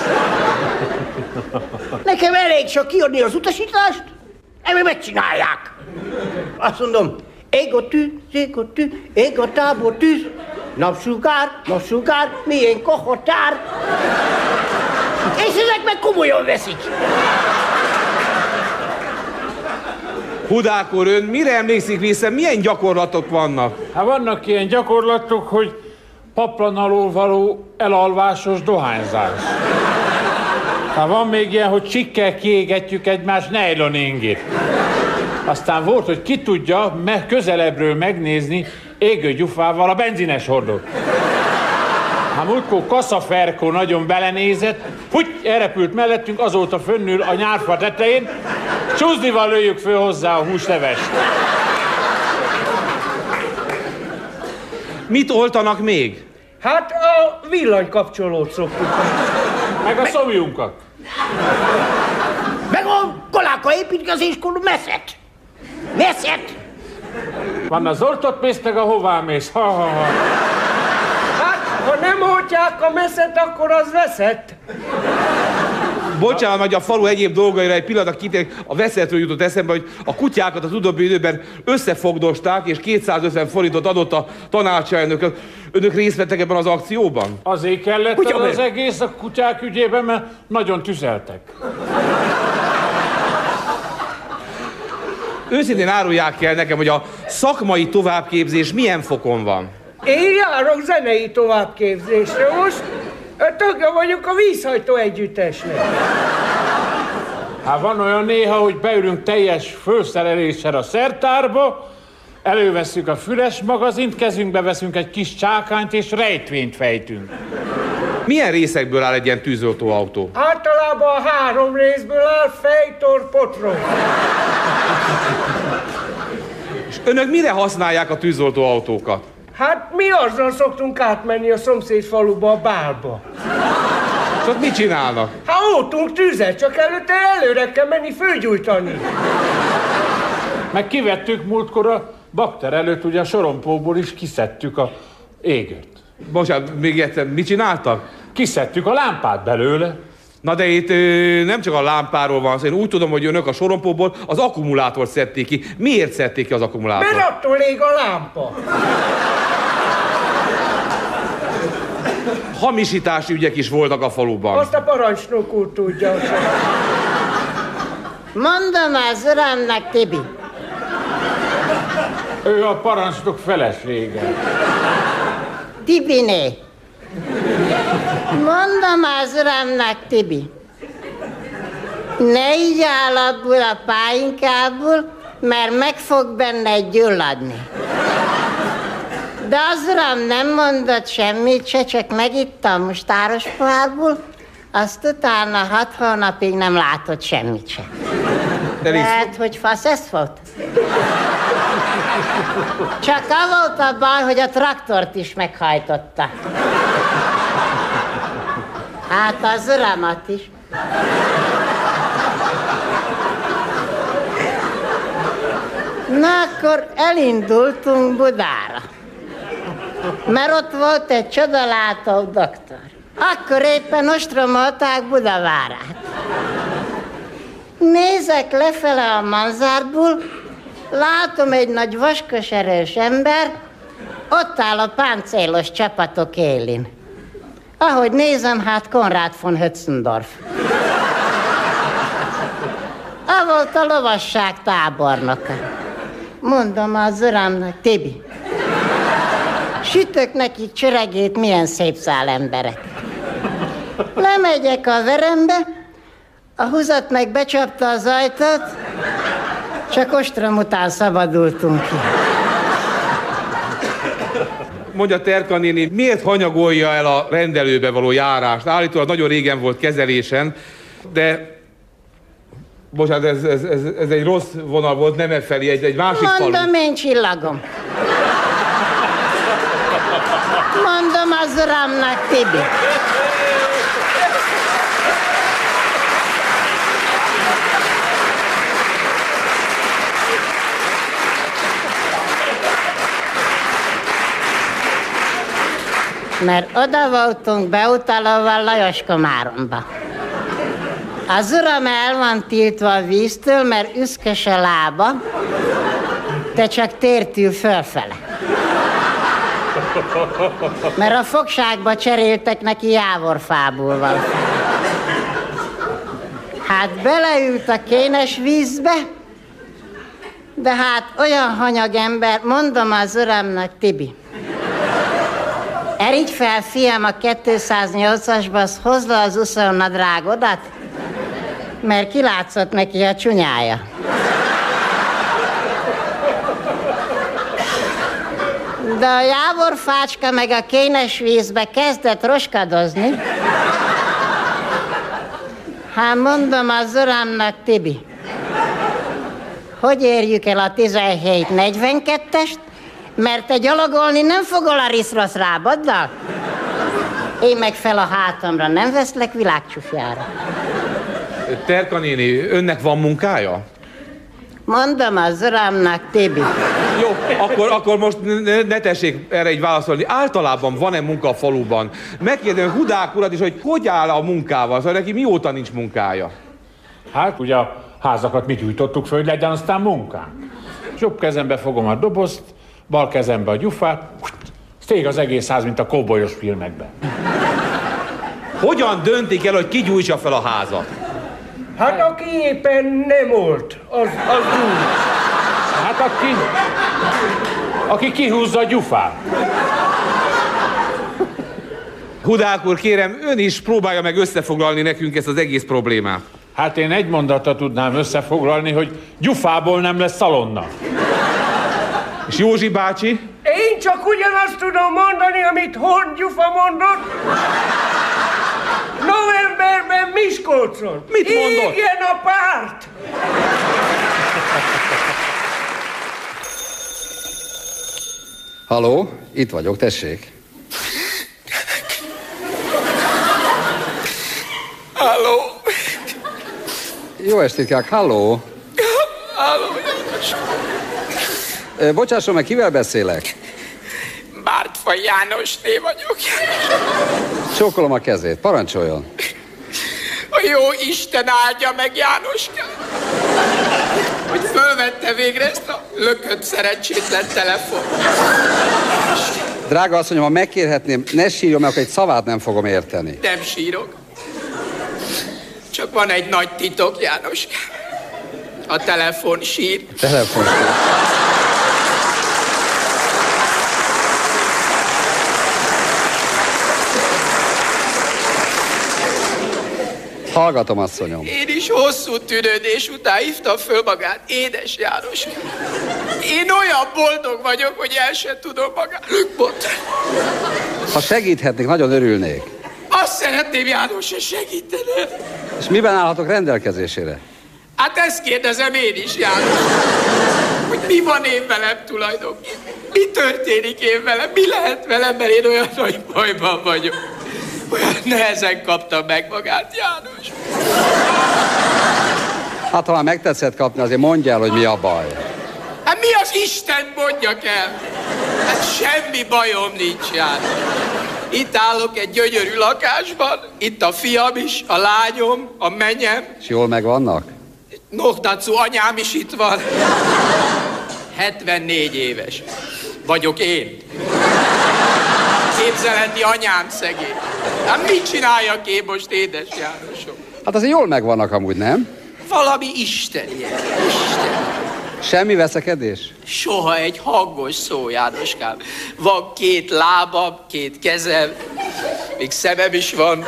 Nekem elég csak kiadni az utasítást, meg megcsinálják. Azt mondom, ég a tűz, ég a tábor tűz, napsugár, milyen kahatár. És ezek meg komolyan veszik. Hudák úr, ön mire emlékszik vissza, milyen gyakorlatok vannak? Hát vannak ilyen gyakorlatok, hogy paplan alól való elalvásos dohányzás. Hát van még ilyen, hogy csikkel kiégetjük egymás nejloningit. Aztán volt, hogy ki tudja közelebbről megnézni égő gyufával a benzines hordót. Hát múltkor Kaszaferkó nagyon belenézett, elrepült mellettünk, azóta fönnül a nyárfa tetején, csúszdival lőjük föl hozzá a húslevest. Mit oltanak még? Hát a villanykapcsolót szoktuk. Meg a szomjunkat. Meg a Koláka építkezéskor messzet. Messzet. Van az oltott mész, meg a hová mész. Ha. Hát, ha nem oltják a messzet, akkor az veszett. Bocsánat, hogy a falu egyéb dolgaira egy pillanat kitérek, a veszetről jutott eszembe, hogy a kutyákat az utóbbi időben összefogdosták, és 250 forintot adott a tanácselnök. Önök részt vettek ebben az akcióban? Azért kellett az egész a kutyák ügyében, mert nagyon tüzeltek. Őszintén árulják el nekem, hogy a szakmai továbbképzés milyen fokon van? Én járok zenei továbbképzésre most. Tagja vagyok a vízhajtó együttesnek. Hát van olyan néha, hogy beülünk teljes fölszereléssel a szertárba, elővesszük a füles magazint, kezünkbe veszünk egy kis csákányt és rejtvényt fejtünk. Milyen részekből áll egy ilyen tűzoltóautó? Általában 3 részből áll: fej, tor, potron. És önök mire használják a tűzoltóautókat? Hát mi azzal szoktunk átmenni a szomszéd faluba, a Bálba. És ott mit csinálnak? Hát oltunk tüzet, csak előtte előre kell menni fölgyújtani. Meg kivettük múltkor a bakter előtt, ugye a sorompóból is kiszedtük a égőt. Bocsánat, még egyszer, mit csináltak? Kiszedtük a lámpát belőle. Na de itt nem csak a lámpáról van szó, én úgy tudom, hogy önök a sorompóból az akkumulátort szedték ki. Miért szedték ki az akkumulátort? Mert attól ég a lámpa. Hamisítási ügyek is voltak a faluban. Azt a parancsnok úr tudja. Mondom az uramnak, Tibi. Ő a parancsnok felesége. Tibiné. Mondom az uramnak, Tibi. Ne így áll abból a pályinkából, mert meg fog benne gyulladni. De az uram nem mondott semmit se, csak megittam mustáros pohárból, azt utána 6 hónapig nem látott semmit se. Lehet, hogy fasz ez volt? Csak az volt a baj, hogy a traktort is meghajtotta. Hát az uramat is. Na akkor elindultunk Budára. Mert ott volt egy csodalátó doktor. Akkor éppen ostromolták Budavárát. Nézek lefele a manzárból, látom egy nagy vaskos erős ember, ott áll a páncélos csapatok élén. Ahogy nézem, hát Konrád von Hötzendorf. A volt a lovasság tábornoka. Mondom az uramnak, Tibi, sütök neki csöregét, milyen szép szál emberek. Lemegyek a verembe, a húzat meg becsapta az ajtót, csak ostrom után szabadultunk ki. Mondja Terka néni, miért hanyagolja el a rendelőbe való járást? Állítólag nagyon régen volt kezelésen, de... Bocsánat, ez egy rossz vonal volt, nem felé, egy másik falu. Mondom, én csillagom. Mondom az uramnak, Tibi. Mert oda voltunk beutalóval Lajos Komáromba. Az uram el van tiltva a víztől, mert üszkös a lába, de csak tértül fölfele. Mert a fogságba cseréltek neki jávorfából van. Hát beleült a kénes vízbe, de hát olyan hanyag ember, mondom az uramnak, Tibi. Erigy fel, fiam, a 208-asba, az hozd le az uszonnadrágodat, mert kilátszott neki a csúnyája. De a jávorfácska meg a kénes vízbe kezdett roskadozni. Hát mondom az uramnak, Tibi, hogy érjük el a 1742-est, mert te gyalogolni nem fogol a Riszrosz rábaddal? Én meg fel a hátamra nem veszlek világcsúfjára. Terka néni, önnek van munkája? Mondom az uramnak, Tibi. Jó, akkor most ne tessék erre így válaszolni. Általában van-e munka a faluban? Megkérdem Hudák urat is, hogy áll a munkával, szóval neki mióta nincs munkája? Hát ugye a házakat mi gyújtottuk föl, hogy legyen aztán munkánk. Jobb kezembe fogom a dobozt, bal kezembe a gyufát, stég az egész ház, mint a kóbolyos filmekben. Hogyan döntik el, hogy ki gyújtsa fel a házat? Hát aki éppen nem volt, az úgy. Hát aki kihúzza a gyufát. Hudák úr, kérem, ön is próbálja meg összefoglalni nekünk ezt az egész problémát. Hát én egy mondattal tudnám összefoglalni, hogy gyufából nem lesz szalonna. És Józsi bácsi? Én csak ugyanazt tudom mondani, amit Horn Gyufa mondott. Novemberben Miskolcon. Mit mondott? Igen, a párt. Halló, itt vagyok, tessék. Halló. Jó estét kívánok, halló. Halló. Bocsásson meg, kivel beszélek? Bártfai Jánosné vagyok. Csókolom a kezét, parancsoljon. A jó Isten áldja meg Jánoskát, hogy fölvette végre ezt a lökött szerencsétlen telefon. Drága asszonyom, ha megkérhetném, ne sírjon, mert egy szavát nem fogom érteni. Nem sírok. Csak van egy nagy titok, Jánoska. A telefon sír. Telefon sír. Hallgatom, asszonyom. Én is hosszú tűnődés után hívtam föl magát, édes Jánoska. Én olyan boldog vagyok, hogy el sem tudom magát. Ha segíthetnék, nagyon örülnék. Azt szeretném, János, hogy segítened. És miben állhatok rendelkezésére? Hát ezt kérdezem én is, János. Hogy mi van én velem tulajdonképpen? Mi történik én velem? Mi lehet velem, mert én olyan nagy bajban vagyok. Olyan nehezen kaptam meg magát, János. Hát, ha már megtetszett kapni, azért mondj el, hogy mi a baj. Hát mi az Isten mondjak el? Hát semmi bajom nincs, János. Itt állok egy gyönyörű lakásban, itt a fiam is, a lányom, a menyem. És jól megvannak? Noktacu anyám is itt van. 74 éves. Vagyok én. Képzelheti anyám szegény. Hát mit csináljak én most, édes Jánosom? Hát azért jól megvannak amúgy, nem? Valami isteni. Isten. Semmi veszekedés? Soha egy hangos szó, Jánoskám. Van 2 lábam, 2 kezem, még szemem is van.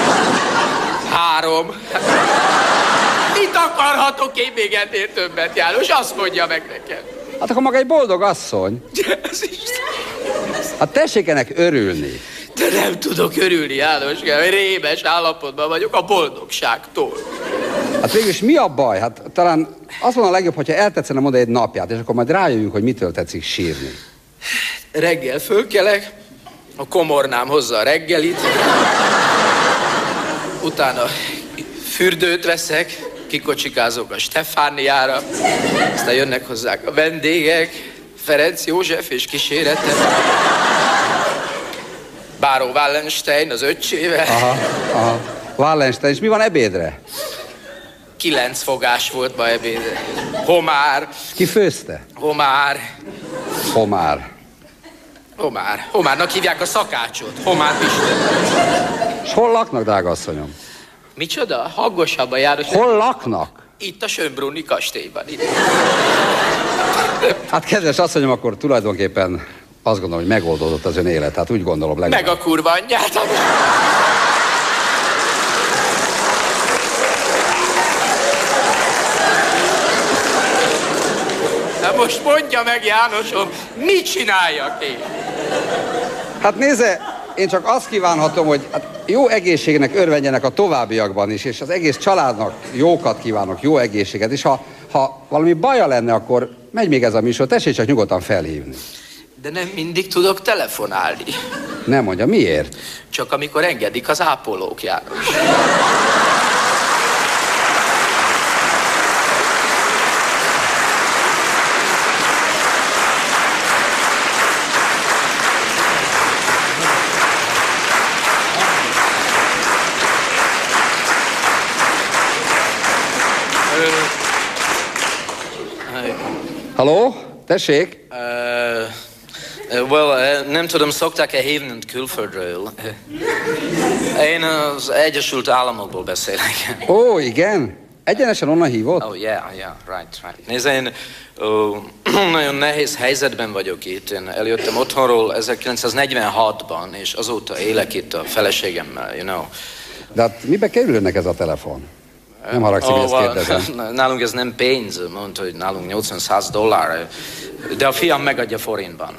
3. Mit akarhatok én még ennél többet, János? Azt mondja meg nekem. Hát akkor maga egy boldog asszony. Hát tessék ennek örülni. De nem tudok örülni, János, rémes állapotban vagyok a boldogságtól. Hát végülis mi a baj? Hát talán az van a legjobb, hogyha eltetszene mondani egy napját, és akkor majd rájövünk, hogy mitől tetszik sírni. Reggel fölkelek, a komornám hozza a reggelit, utána fürdőt veszek, kikocsikázok a Stefániára, aztán jönnek hozzák a vendégek, Ferenc József és kísérete. Báró Wallenstein az öccsével. Aha. Wallenstein, és mi van ebédre? 9 fogás volt ma ebédre. Homár. Ki főzte? Homár. Homárnak hívják a szakácsot. Homár Pisten. És hol laknak, drága asszonyom? Micsoda? Haggosabban János. Hol laknak? Itt a Schönbrunni kastélyban. Itt. Hát kedves asszonyom, akkor tulajdonképpen azt gondolom, hogy megoldódott az ön élet. Hát úgy gondolom legalább. Meg a kurva anyját. Na most mondja meg, Jánosom, mit csináljak én? Hát nézze, én csak azt kívánhatom, hogy hát jó egészségnek örvendjenek a továbbiakban is, és az egész családnak jókat kívánok, jó egészséget, és ha valami baja lenne, akkor megy még ez a műsor, tessék csak nyugodtan felhívni. De nem mindig tudok telefonálni. Nem mondja, miért? Csak amikor engedik az ápolók, János. Halló? Tessék? Nem tudom, szokták-e hívni külföldről? Én az Egyesült Államokból beszélek. Ó, igen? Egyenesen onnan hívott? Oh, yeah, right. Nézd, én nagyon nehéz helyzetben vagyok itt. Én eljöttem otthonról 1946-ban, és azóta élek itt a feleségemmel, you know. De hát mibe kerül önnek ez a telefon? Nem haragszik, hogy ezt kérdezem. Nálunk ez nem pénz, mondta, hogy nálunk $800, de a fiam megadja forintban.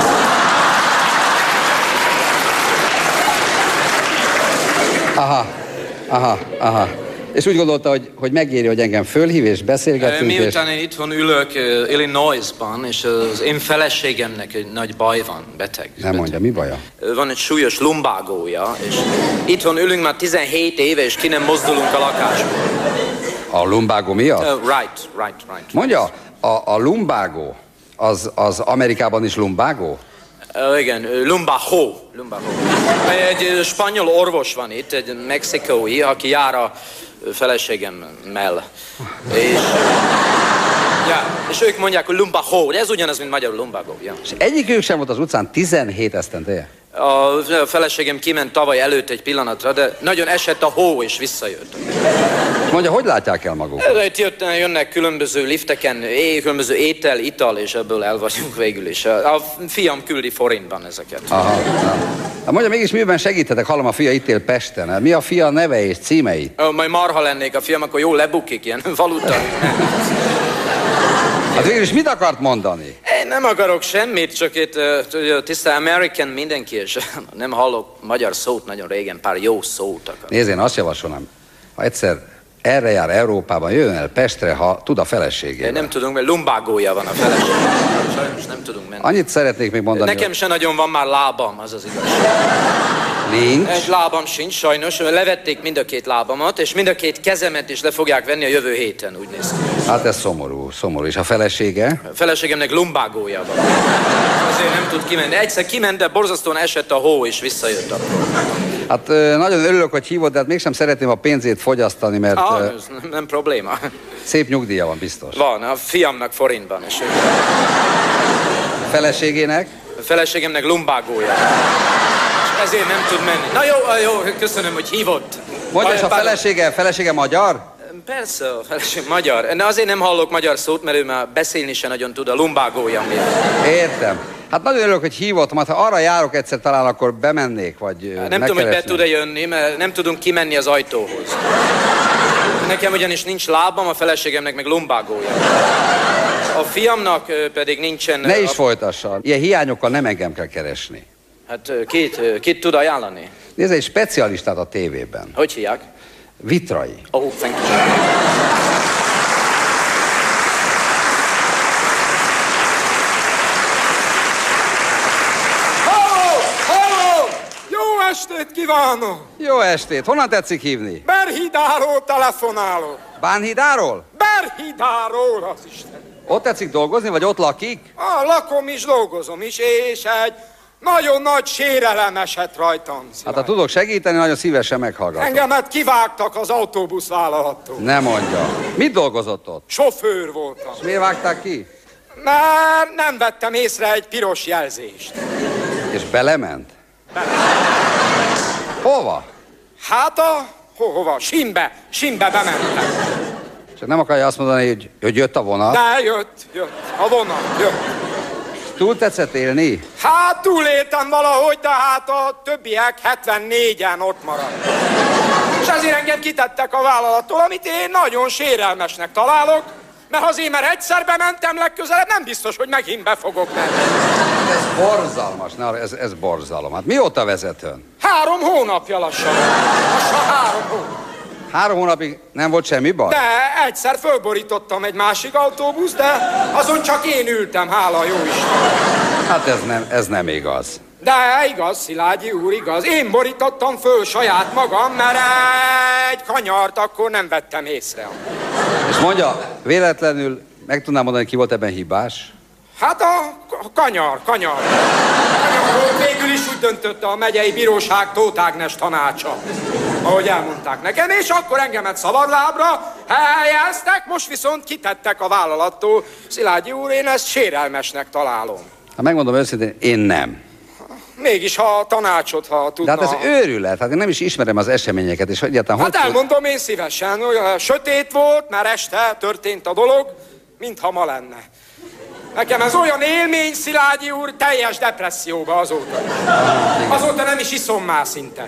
Aha. És úgy gondolta, hogy megéri, hogy engem fölhív és beszélgetünk. Miután én itthon ülök Illinoisban, és az én feleségemnek egy nagy baj van, beteg. Nem mondja, mi baja? Van egy súlyos lumbágója, és itthon ülünk már 17 éve, és ki nem mozdulunk a lakásból. A lumbágó miatt? Right. Mondja, a lumbágó, az Amerikában is lumbágó? Igen, lumbago. Egy spanyol orvos van itt, egy mexikói, aki jár a feleségemmel. És ők mondják, hogy lumbago, de ez ugyanaz, mint magyarul lumbago. Ja. És egyikük sem volt az utcán 17 esztendeje? A feleségem kiment tavaly előtt egy pillanatra, de nagyon esett a hó, és visszajött. Mondja, hogy látják el maguk? Itt jönnek különböző lifteken, különböző étel, ital, és ebből el vagyunk végül is. A fiam küldi forintban ezeket. Aha. Mondja, mégis miben segíthetek? Hallom, a fia itt él Pesten. Mi a fia neve és címei? Majd marha lennék a fiam, akkor jól lebukik, ilyen valuta. Hát végül is mit akart mondani? Én nem akarok semmit, csak itt tiszta American mindenki, és nem hallok magyar szót nagyon régen, pár jó szót akar. Nézd, én azt javasolnám, ha egyszer erre jár Európában, jöjjön el Pestre, ha tud a feleségével. Nem tudunk, mert lumbágója van a feleségével. Sajnos nem tudunk menni. Annyit szeretnék még mondani. Nekem se nagyon van már lábam, az az igazság. Nincs? Egy lábam sincs, sajnos. Levették mind a két lábamat, és mind a két kezemet is le fogják venni a jövő héten, úgy néz ki. Hát ez szomorú. És a felesége? A feleségemnek lumbágója van. Azért nem tud kimenni. Egyszer kiment, de borzasztóan esett a hó, és visszajött akkor. Hát nagyon örülök, hogy hívott, de hát mégsem szeretném a pénzét fogyasztani, mert... Ez nem probléma. Szép nyugdíja van biztos. Van, a fiamnak forintban. És a feleségének? A feleségemnek lumbágója. Ezért nem tud menni. Na jó, köszönöm, hogy hívott. Mondja, és a felesége magyar? Persze, a feleség magyar. De azért nem hallok magyar szót, mert ő már beszélni se nagyon tud a lumbágója miatt. Értem. Hát nagyon örülök, hogy hívott, majd ha arra járok egyszer talán, akkor bemennék, vagy nem tudom, hogy be tud-e jönni, mert nem tudunk kimenni az ajtóhoz. Nekem ugyanis nincs lábam, a feleségemnek meg lumbágója. A fiamnak pedig nincsen... Ne is folytassa. Ilyen hiányokkal nem engem kell keresni. Hát kit tud ajánlani? Nézd, egy specialistát a tévében. Hogy hívják? Vitrai. Oh, thank you. Halló! Jó estét kívánok! Jó estét! Honnan tetszik hívni? Berhidáról telefonálok. Bánhidáról? Berhidáról, az Isten. Ott tetszik dolgozni, vagy ott lakik? Lakom is, dolgozom is, és egy nagyon nagy sérelem esett rajtam. Hát ha tudok segíteni, nagyon szívesen meghallgatom. Engemet kivágtak az autóbuszvállalattól. Ne mondja. Mit dolgozott ott? Sofőr voltam. És miért vágták ki? Mert nem vettem észre egy piros jelzést. És belement? Hova? Hát hova? Simbe bementem. És nem akarja azt mondani, hogy jött a vonat? De jött. A vonat jött. Túl tetszett élni? Hát túléltem valahogy, de hát a többiek 74-en ott maradt. És azért engem kitettek a vállalattól, amit én nagyon sérelmesnek találok, mert azért, mert egyszer bementem, legközelebb nem biztos, hogy megint be fogok menni. Ez borzalmas, ez borzalom. Hát mióta vezet ön? 3 hónapja lassan. Lassan 3 hónap. 3 hónapig nem volt semmi baj? De egyszer fölborítottam egy másik autóbusz, de azon csak én ültem, hála jó Isten. Hát ez nem igaz. De igaz, Szilágyi úr, igaz. Én borítottam föl saját magam, mert egy kanyart akkor nem vettem észre. És mondja, véletlenül meg tudnám mondani, ki volt ebben hibás? Hát a kanyar. Kanyar volt, végül is úgy döntötte a megyei bíróság Tóth Ágnes tanácsa, ahogy elmondták nekem, és akkor engemet szabadlábra helyeztek, most viszont kitettek a vállalattól. Szilágyi úr, én ezt sérelmesnek találom. Ha megmondom őszintén, én nem. Mégis, ha a tanácsot, ha tudna... De hát ez őrület, hát én nem is ismerem az eseményeket, és egyáltalán... Hát elmondom én szívesen, olyan sötét volt, már este történt a dolog, mintha ma lenne. Nekem ez olyan élmény, Szilágyi úr, teljes depresszióba azóta. Azóta nem is iszom már szinte.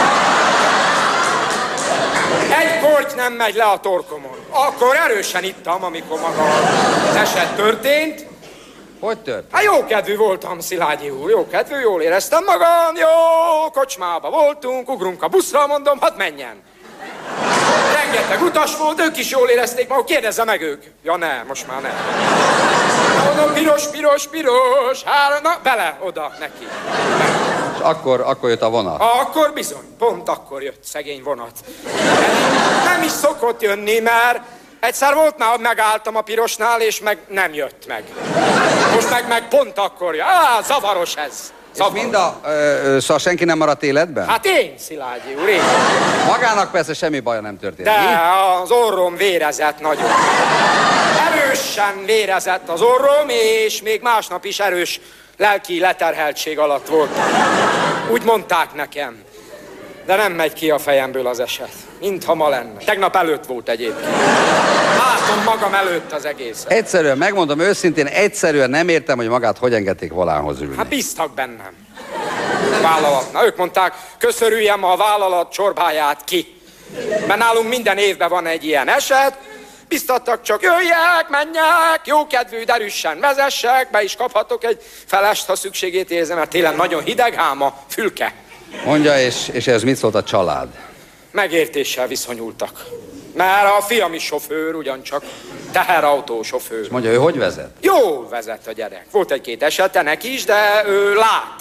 Egy korty nem megy le a torkomon. Akkor erősen ittam, amikor maga az eset történt. Hogy történt? Hát jókedvű voltam, Szilágyi úr, jókedvű, jól éreztem magam, jó, kocsmába voltunk, ugrunk a buszra, mondom, hát menjen. Rengeteg utas volt, ők is jól érezték maguk, kérdezze meg ők. Ja ne, most már ne. Mondom, piros, három, na, bele, oda, neki. És akkor jött a vonat? Akkor bizony, pont akkor jött szegény vonat. Nem is szokott jönni, mert egyszer volt már, megálltam a pirosnál, és meg nem jött meg. Most meg pont akkor jön. Zavaros ez. És szóval senki nem maradt életben? Hát én, Szilágyi úr, én. Magának persze semmi baja nem történt. De az orrom vérezett nagyon. Erősen vérezett az orrom, és még másnap is erős lelki leterheltség alatt volt. Úgy mondták nekem. De nem megy ki a fejemből az eset. Mintha ma lenne. Tegnap előtt volt egyébként. Látom magam előtt az egészet. Egyszerűen, megmondom őszintén, egyszerűen nem értem, hogy magát hogy engedték volánhoz ülni. Hát bíztak bennem. Vállalatna. Ők mondták, köszörüljem a vállalat csorbáját ki. Mert nálunk minden évben van egy ilyen eset. Biztattak, csak jöjjek, menjek, jókedvű, derűsen vezessek, be is kaphatok egy felest, ha szükségét érzem, mert télen nagyon hideg, ám a fülke. Mondja, és ez mit szólt a család? Megértéssel viszonyultak. Mert a fiam is sofőr, ugyancsak teherautósofőr. És mondja, ő hogy vezet? Jól vezet a gyerek. Volt egy-két esete neki is, de ő lát.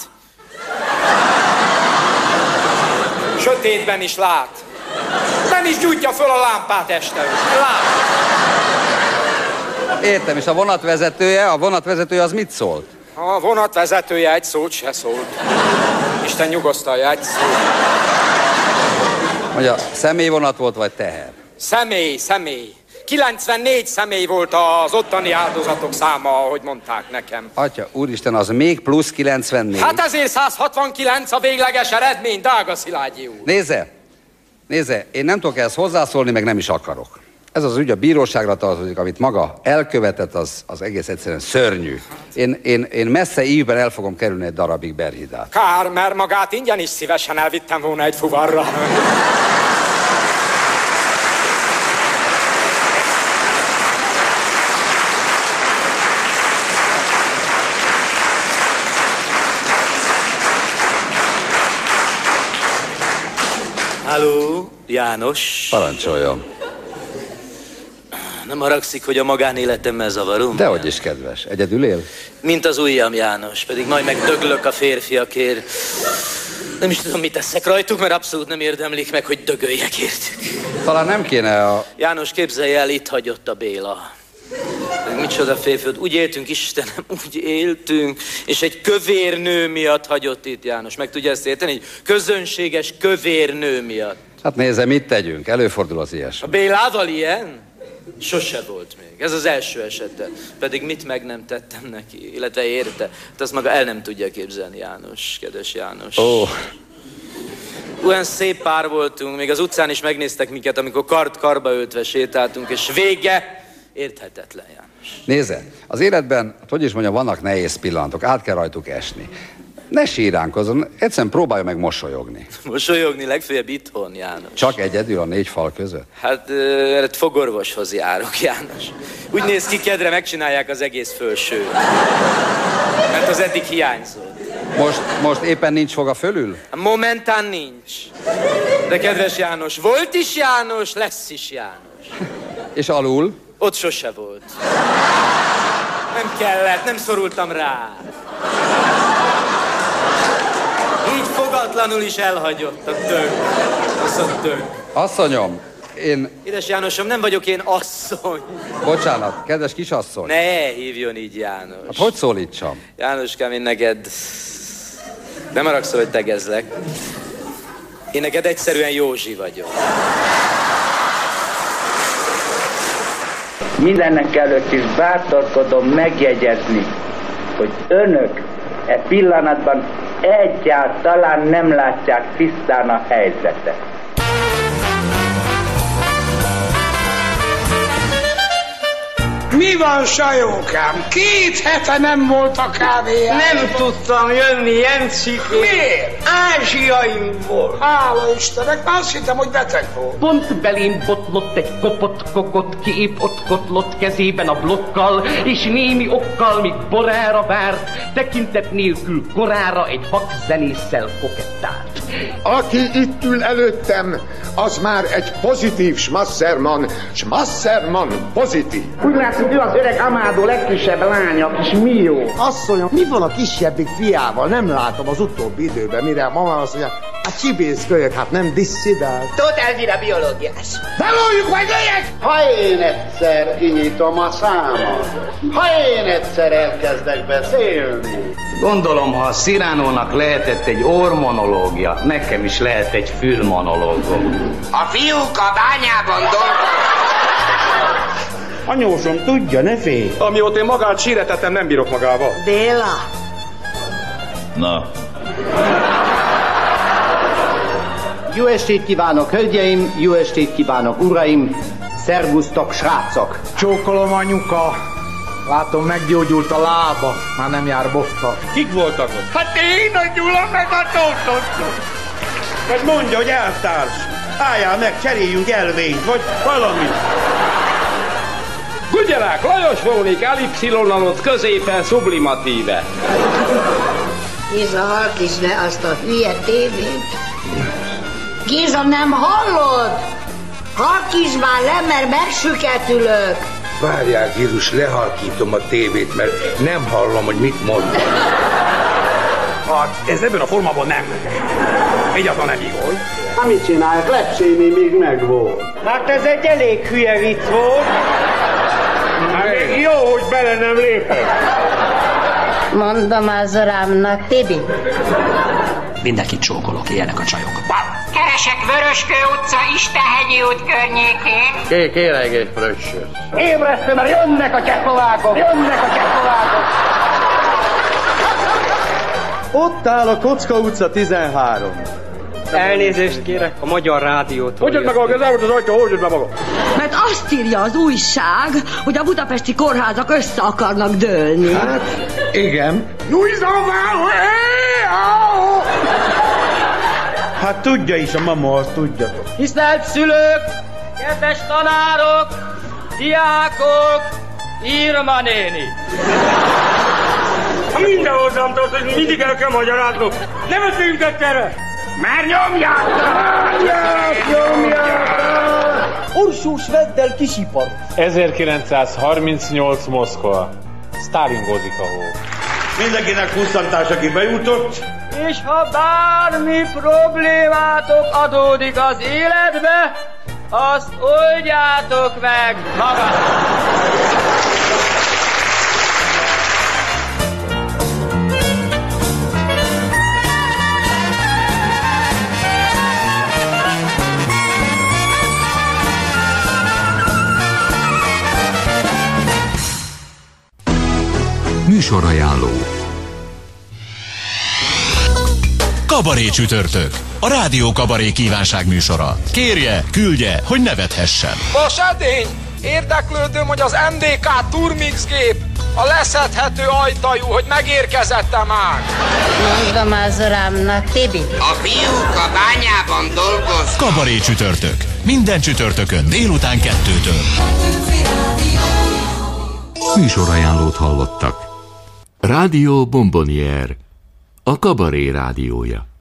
Sötétben is lát. Nem is gyújtja föl a lámpát este. Lát. Értem, és a vonatvezetője az mit szólt? A vonatvezetője egy szót se szólt. Isten nyugosztalja, egy szót. Mondja, személyvonat volt, vagy teher? Személy. 94 személy volt az ottani áldozatok száma, ahogy mondták nekem. Atya, úristen, az még plusz 94. Hát ezért 169 a végleges eredmény, drága Szilágyi úr. Nézze, én nem tudok ehhez hozzászólni, meg nem is akarok. Ez az ügy a bíróságra tartozik, amit maga elkövetett, az egész egyszerűen szörnyű. Én messze ívben el fogom kerülni egy darabig Berhidát. Kár, mert magát ingyen is szívesen elvittem volna egy fuvarra. Halló, János. Parancsoljon. Nem haragszik, hogy a magánéletemmel zavarom? Dehogy is, kedves. Egyedül él? Mint az ujjam, János. Pedig majd megdöglök a férfiakért. Nem is tudom, mit teszek rajtuk, mert abszolút nem érdemlik meg, hogy dögöljek értük. Talán nem kéne a... János, képzelj el, itt hagyott a Béla. Micsoda férfi, úgy éltünk, Istenem, úgy éltünk, és egy kövérnő miatt hagyott itt, János. Meg tudja ezt érteni? Egy közönséges kövérnő miatt. Hát nézze, mit tegyünk? Előfordul az ilyesmi. A Bélával ilyen? Sose volt még. Ez az első esete. Pedig mit meg nem tettem neki, illetve érte. Hát azt maga el nem tudja képzelni, János, kedves János. Olyan szép pár voltunk, még az utcán is megnéztek minket, amikor kard-karba öltve sétáltunk, és vége érthetetlen, János. Nézze, az életben, hogy is mondjam, vannak nehéz pillanatok, át kell rajtuk esni. Ne síránkozzon, egyszerűen próbálja meg mosolyogni. Mosolyogni legfeljebb itthon, János. Csak egyedül a 4 fal között? Hát fogorvoshoz járok, János. Úgy néz ki, kedre megcsinálják az egész fölsőt. Mert az eddig hiányzott. Most éppen nincs fog a fölül? Momentán nincs. De kedves János, volt is János, lesz is János. És alul? Ott sose volt. Nem kellett, nem szorultam rá. Váratlanul is elhagyott a tök. Az a tök. Asszonyom, Édes Jánosom, nem vagyok én asszony. Bocsánat, kedves kisasszony. Ne hívjon így János. Hát hogy szólítsam? Jánoskám, én neked... Nem haragszol, hogy tegezlek. Én neked egyszerűen Józsi vagyok. Mindennek előtt is bátorkodom megjegyezni, hogy önök e pillanatban egyáltalán nem látják tisztán a helyzetet. Mi van, Sajókám? 2 hete nem volt a kávéjában. Nem tudtam jönni, Jencikém. Miért? Ázsiaim volt. Hála Istennek, azt hittem, hogy beteg volt. Pont belém botlott egy kopott kokott, ki épp ott kotlott kezében a blokkal, és némi okkal, míg borára várt, tekintet nélkül korára egy vakzenésszel kokettált. Aki itt ül előttem, az már egy pozitív Schmassermann. Schmassermann pozitív. Úgy látszik, ő az öreg Amádó legkisebb lánya, kis Mió. Asszonyom, mi van a kisebbik fiával? Nem látom az utóbbi időben, mire a mama azt mondja, hát csibészkölyök, hát nem disszidál. Tóth Elvira biológiás. Belőjük vagy legyek! Ha én egyszer kinyitom a számat, ha én egyszer elkezdek beszélni. Gondolom, ha a Cyranonak lehetett egy orrmonológia, nekem is lehet egy fülmonológom. A fiúk a bányában dolgoznak. Anyósom, tudja, ne félj. Amióta én magát síretettem, nem bírok magával. Béla! Na. Jó estét kívánok, hölgyeim, jó estét kívánok, uraim, szervusztok, srácok. Csókolom, anyuka. Látom, meggyógyult a lába, már nem jár botta. Kik voltak ott? Hát én, a Gyula, meg a Tóth. Vagy mondja, hogy eltárs. Álljál meg, cseréljünk elvényt, vagy valamit. Gugyelák, Lajos volnék ellipszilonnalott középen sublimatíve. Géza, halkítsd le azt a hülye tévét. Géza, nem hallod? Halkítsd már le, mert megsüketülök. Várjál, Gírus, lehalkítom a tévét, mert nem hallom, hogy mit mond. Hát ez ebben a formában nem. Egyáltalán nem igaz. Hát mit csinálják? Lepséné még megvolt. Hát ez egy elég hülye vicc volt. Jó, hogy bele nem lépett. Mondom az urámnak, Tibi. Mindenkit csókolok, ilyenek a csajok. Keresek Vöröskő utca, Istenhegyi út környékén. Kérek egy fröccsöt. Ébresztő, mert jönnek a csehszlovákok! Jönnek a csehszlovákok! Ott áll a Kocka utca 13. Elnézést kérek, a Magyar Rádiótól. Hogyan meg a kezelmet az ajtó, hogyan be maga? Mert azt írja az újság, hogy a budapesti kórházak össze akarnak dőlni. Hát, igen. Hát tudja is a mama, azt tudjatok. Tisztelt szülők, kedves tanárok, diákok, Irma néni. Ha minden hozzám tartozik, mindig el kell magyaráznunk. Nem összejünk egyszerre. Már nyomjátok! Ursós Veddel kisipar. 1938 Moszkva. Sztálingozik a hó. Mindenkinek pusztantás, aki bejutott. És ha bármi problémátok adódik az életbe, azt oldjátok meg magatok. Műsorajánló. Kabaré csütörtök. A Rádió Kabaré kívánság műsora. Kérje, küldje, hogy nevethessen. Vas edény! Érdeklődöm, hogy az MDK Turmix gép a leszedhető ajtajú, hogy megérkezette már. Mondom az urámnak, Tibi. A fiúk a bányában dolgoznak. Kabaré csütörtök. Minden csütörtökön délután 2-től. Műsorajánlót hallottak. Rádió Bombonier. A Kabaré rádiója.